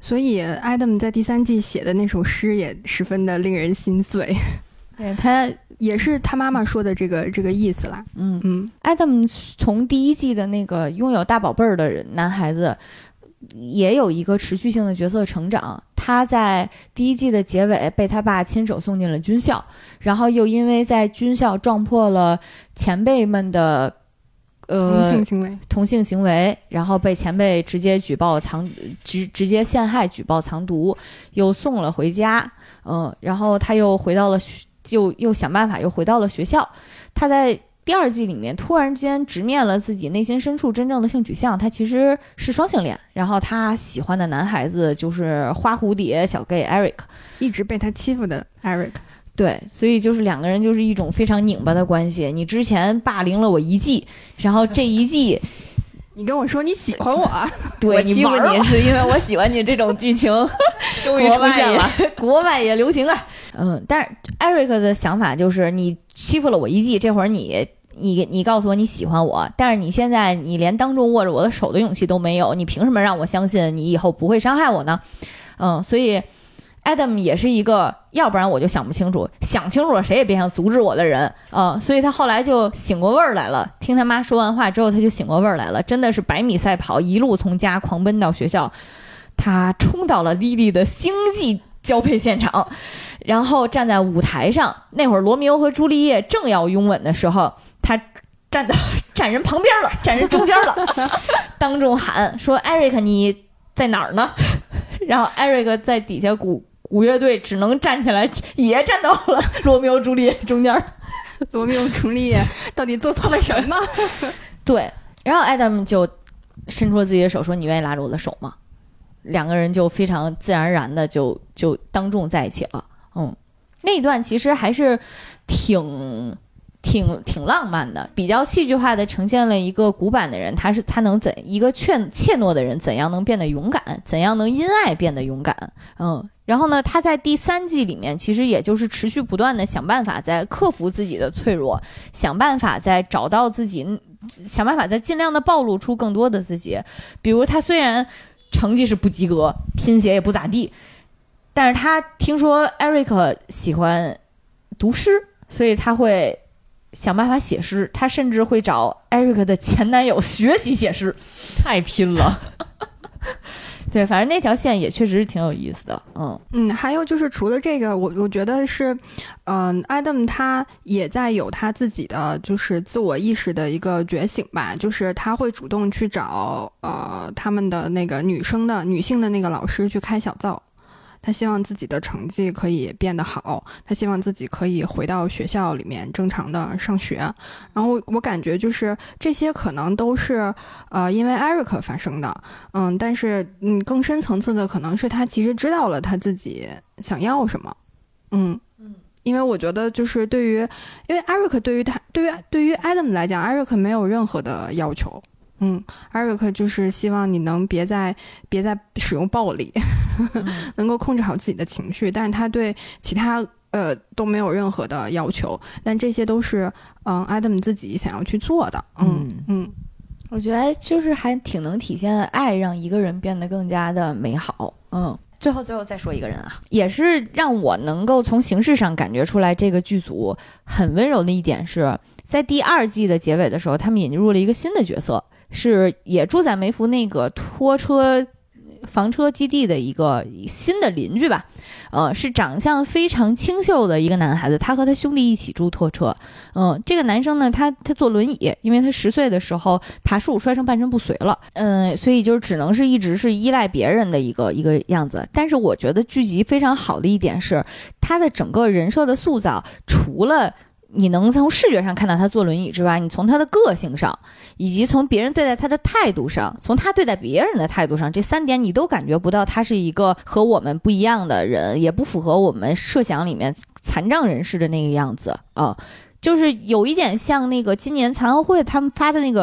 所以 Adam 在第三季写的那首诗也十分的令人心碎。 对，他也是他妈妈说的这个这个意思啦。 嗯嗯 ，Adam 从第一季的那个拥有大宝贝儿的人男孩子，也有一个持续性的角色成长。他在第一季的结尾被他爸亲手送进了军校，然后又因为在军校撞破了前辈们的呃同性行为， 同性行为，然后被前辈直接举报藏直直接陷害举报藏毒，又送了回家。嗯，然后他又回到了就又想办法又回到了学校。他在第二季里面突然间直面了自己内心深处真正的性取向，他其实是双性恋，然后他喜欢的男孩子就是花蝴蝶小 gay Eric， 一直被他欺负的 Eric。 对，所以就是两个人就是一种非常拧巴的关系。你之前霸凌了我一季，然后这一季你跟我说你喜欢我， 对我你欺负你是因为我喜欢你这种剧情终于出现了， 国外也流行啊。嗯，但是 Eric 的想法就是你欺负了我一季，这会儿你你你告诉我你喜欢我，但是你现在你连当众握着我的手的勇气都没有，你凭什么让我相信你以后不会伤害我呢？嗯，所以 Adam 也是一个要不然我就想不清楚，想清楚了谁也别想阻止我的人。嗯，所以他后来就醒过味儿来了，听他妈说完话之后他就醒过味儿来了，真的是百米赛跑，一路从家狂奔到学校。他冲到了莉莉的星际交配现场，然后站在舞台上，那会儿罗密欧和朱丽叶正要拥吻的时候，他站到站人旁边了，站人中间了，当众喊说 Eric 你在哪儿呢？然后 Eric 在底下鼓鼓乐队只能站起来，也站到了罗密欧朱丽叶中间。 罗密欧朱丽叶到底做错了什么？ 对，然后 Adam 就伸出自己的手说你愿意拉着我的手吗？两个人就非常自然而然的就就当众在一起了。嗯，那一段其实还是挺挺挺浪漫的，比较戏剧化的呈现了一个古板的人，他是他能怎一个怯怯懦的人怎样能变得勇敢，怎样能因爱变得勇敢。嗯，然后呢，他在第三季里面其实也就是持续不断的想办法在克服自己的脆弱，想办法在找到自己，想办法在尽量的暴露出更多的自己。比如他虽然成绩是不及格，拼写也不咋地，但是他听说 Eric 喜欢读诗，所以他会想办法写诗，他甚至会找 Eric 的前男友学习写诗， 太拼了。 对，反正那条线也确实是挺有意思的。嗯嗯，还有就是除了这个，我我觉得是，嗯、呃、，Adam 他也在有他自己的就是自我意识的一个觉醒吧，就是他会主动去找呃他们的那个女生的女性的那个老师去开小灶。他希望自己的成绩可以变得好，他希望自己可以回到学校里面正常的上学。然后我感觉就是这些可能都是呃因为 Eric 发生的，嗯，但是嗯更深层次的可能是他其实知道了他自己想要什么，嗯嗯，因为我觉得就是对于，因为 Eric 对于他对于对于 Adam 来讲 ，Eric 没有任何的要求。嗯 ，Eric 就是希望你能别再别再使用暴力，能够控制好自己的情绪，但是他对其他呃都没有任何的要求，但这些都是嗯、呃、Adam 自己想要去做的。嗯 嗯, 嗯， 我觉得就是还挺能体现爱让一个人变得更加的美好。嗯。最后，最后再说一个人啊，也是让我能够从形式上感觉出来这个剧组很温柔的一点是，在第二季的结尾的时候，他们引入了一个新的角色，是也住在梅福那个拖车房车基地的一个新的邻居吧，呃，是长相非常清秀的一个男孩子，他和他兄弟一起住拖车。嗯、呃，这个男生呢，他他坐轮椅，因为他十岁的时候爬树摔成半身不遂了，嗯、呃，所以就只能是一直是依赖别人的一个一个样子。但是我觉得剧集非常好的一点是，他的整个人设的塑造，除了你能从视觉上看到他坐轮椅之外，你从他的个性上，以及从别人对待他的态度上，从他对待别人的态度上，这三点你都感觉不到他是一个和我们不一样的人，也不符合我们设想里面残障人士的那个样子啊。就是有一点像那个今年残奥会他们发的那个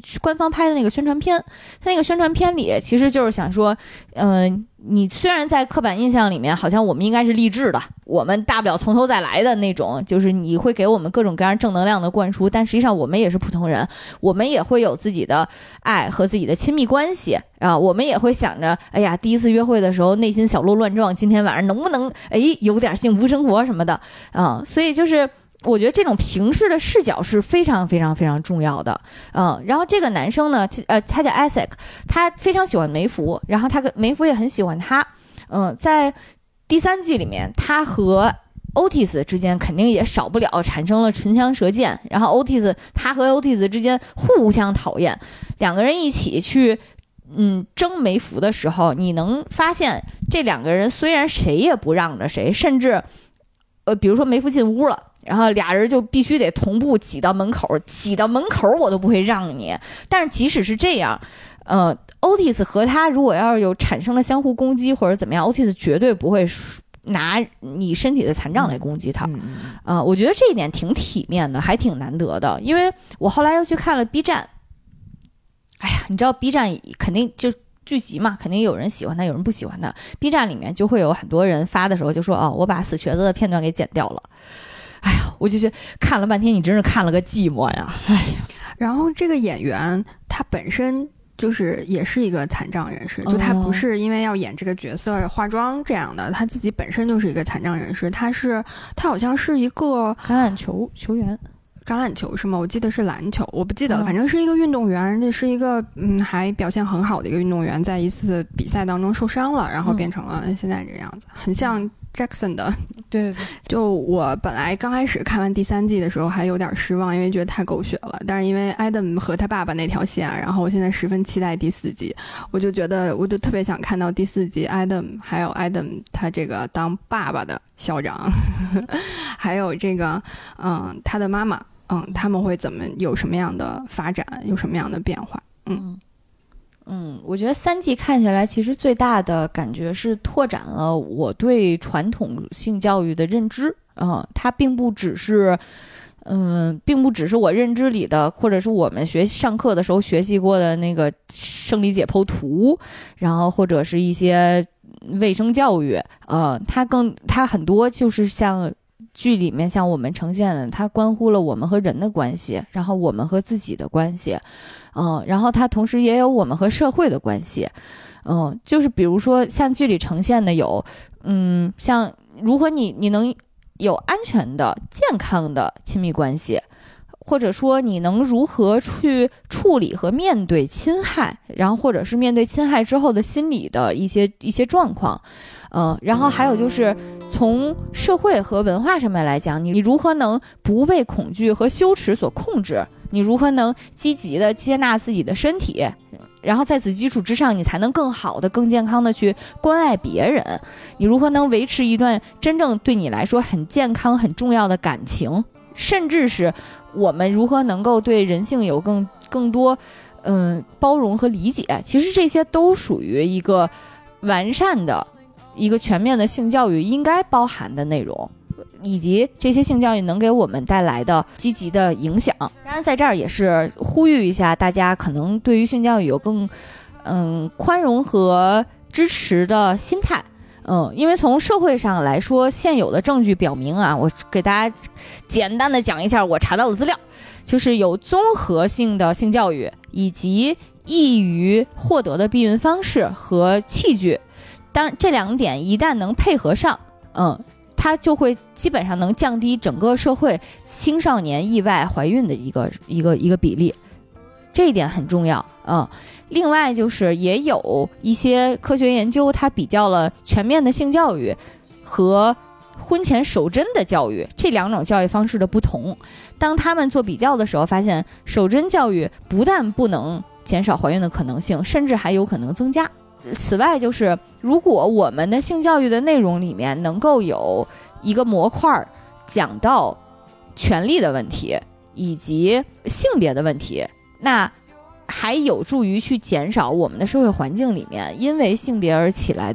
官方拍的那个宣传片，他那个宣传片里其实就是想说，嗯、呃，你虽然在刻板印象里面好像我们应该是励志的，我们大不了从头再来的那种，就是你会给我们各种各样正能量的灌输，但实际上我们也是普通人，我们也会有自己的爱和自己的亲密关系啊，我们也会想着，哎呀，第一次约会的时候内心小鹿乱撞，今天晚上能不能哎有点幸福生活什么的啊，所以就是我觉得这种平视的视角是非常非常非常重要的，嗯，然后这个男生呢，呃，他叫 Isaac， 他非常喜欢梅芙，然后他跟梅芙也很喜欢他，嗯，在第三季里面，他和 Otis 之间肯定也少不了产生了唇枪舌剑，然后 Otis 他和 Otis 之间互相讨厌，两个人一起去嗯争梅芙的时候，你能发现这两个人虽然谁也不让着谁，甚至呃，比如说梅芙进屋了。然后俩人就必须得同步挤到门口，挤到门口我都不会让你。但是即使是这样，呃 ，Otis 和他如果要是有产生了相互攻击或者怎么样 ，Otis 绝对不会拿你身体的残障来攻击他。啊、嗯呃，我觉得这一点挺体面的，还挺难得的。因为我后来又去看了 B 站，哎呀，你知道 B 站肯定就。剧集嘛，肯定有人喜欢他，有人不喜欢他。B 站里面就会有很多人发的时候就说：“哦，我把死瘸子的片段给剪掉了。”哎呀，我就觉得看了半天，你真是看了个寂寞呀！哎呀， 然后这个演员他本身就是也是一个残障人士，就他不是因为要演这个角色化妆这样的，他自己本身就是一个残障人士。他是他好像是一个橄榄球球员。 橄榄球是吗？我记得是篮球，我不记得了。反正是一个运动员，这是一个嗯，还表现很好的一个运动员，在一次比赛当中受伤了，然后变成了现在这个样子，很像 Jackson 的。 对对。 就我本来刚开始看完第三季的时候还有点失望，因为觉得太狗血了。但是因为 Adam 和他爸爸那条线，然后我现在十分期待第四季。我就觉得，我就特别想看到第四季 Adam 还有 Adam 他这个当爸爸的校长，还有这个嗯他的妈妈。嗯，他们会怎么有什么样的发展，有什么样的变化？嗯嗯，我觉得三季看下来，其实最大的感觉是拓展了我对传统性教育的认知。嗯，它并不只是，嗯，并不只是我认知里的，或者是我们学上课的时候学习过的那个生理解剖图，然后或者是一些卫生教育。呃，它更，它很多就是像。剧里面像我们呈现的，它关乎了我们和人的关系，然后我们和自己的关系，嗯，然后它同时也有我们和社会的关系，嗯，就是比如说像剧里呈现的有，嗯，像如何你你能有安全的、健康的亲密关系，或者说你能如何去处理和面对侵害，然后或者是面对侵害之后的心理的一些一些状况。嗯，然后还有就是从社会和文化上面来讲，你如何能不被恐惧和羞耻所控制？你如何能积极的接纳自己的身体？然后在此基础之上，你才能更好的、更健康的去关爱别人。你如何能维持一段真正对你来说很健康、很重要的感情？甚至是我们如何能够对人性有更更多嗯包容和理解？其实这些都属于一个完善的。一个全面的性教育应该包含的内容，以及这些性教育能给我们带来的积极的影响。当然在这儿也是呼吁一下大家，可能对于性教育有更嗯宽容和支持的心态。嗯，因为从社会上来说，现有的证据表明啊，我给大家简单的讲一下我查到的资料，就是有综合性的性教育以及易于获得的避孕方式和器具。当这两点一旦能配合上，嗯，它就会基本上能降低整个社会青少年意外怀孕的一个一个一个比例，这一点很重要。嗯，另外就是也有一些科学研究，它比较了全面的性教育和婚前守贞的教育这两种教育方式的不同。当他们做比较的时候，发现守贞教育不但不能减少怀孕的可能性，甚至还有可能增加。此外，就是如果我们的性教育的内容里面能够有一个模块讲到权利的问题以及性别的问题，那还有助于去减少我们的社会环境里面因为性别而起来的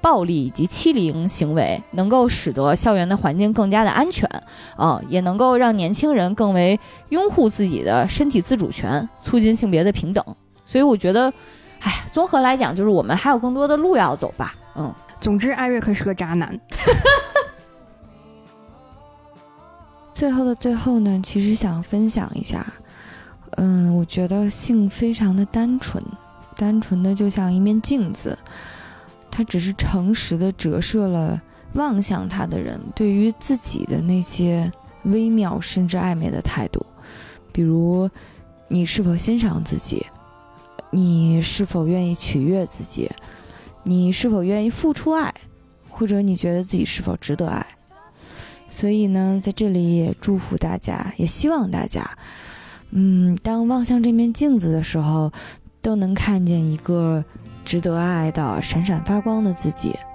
暴力以及欺凌行为，能够使得校园的环境更加的安全啊、呃，也能够让年轻人更为拥护自己的身体自主权，促进性别的平等。所以我觉得，哎，综合来讲，就是我们还有更多的路要走吧。嗯， 总之，艾瑞克是个渣男。 最后的最后呢，其实想分享一下，嗯，我觉得性非常的单纯，单纯的就像一面镜子，它只是诚实的折射了望向它的人对于自己的那些微妙甚至暧昧的态度，比如你是否欣赏自己，你是否愿意取悦自己，你是否愿意付出爱，或者你觉得自己是否值得爱。所以呢，在这里也祝福大家，也希望大家嗯，当望向这面镜子的时候，都能看见一个值得爱的闪闪发光的自己。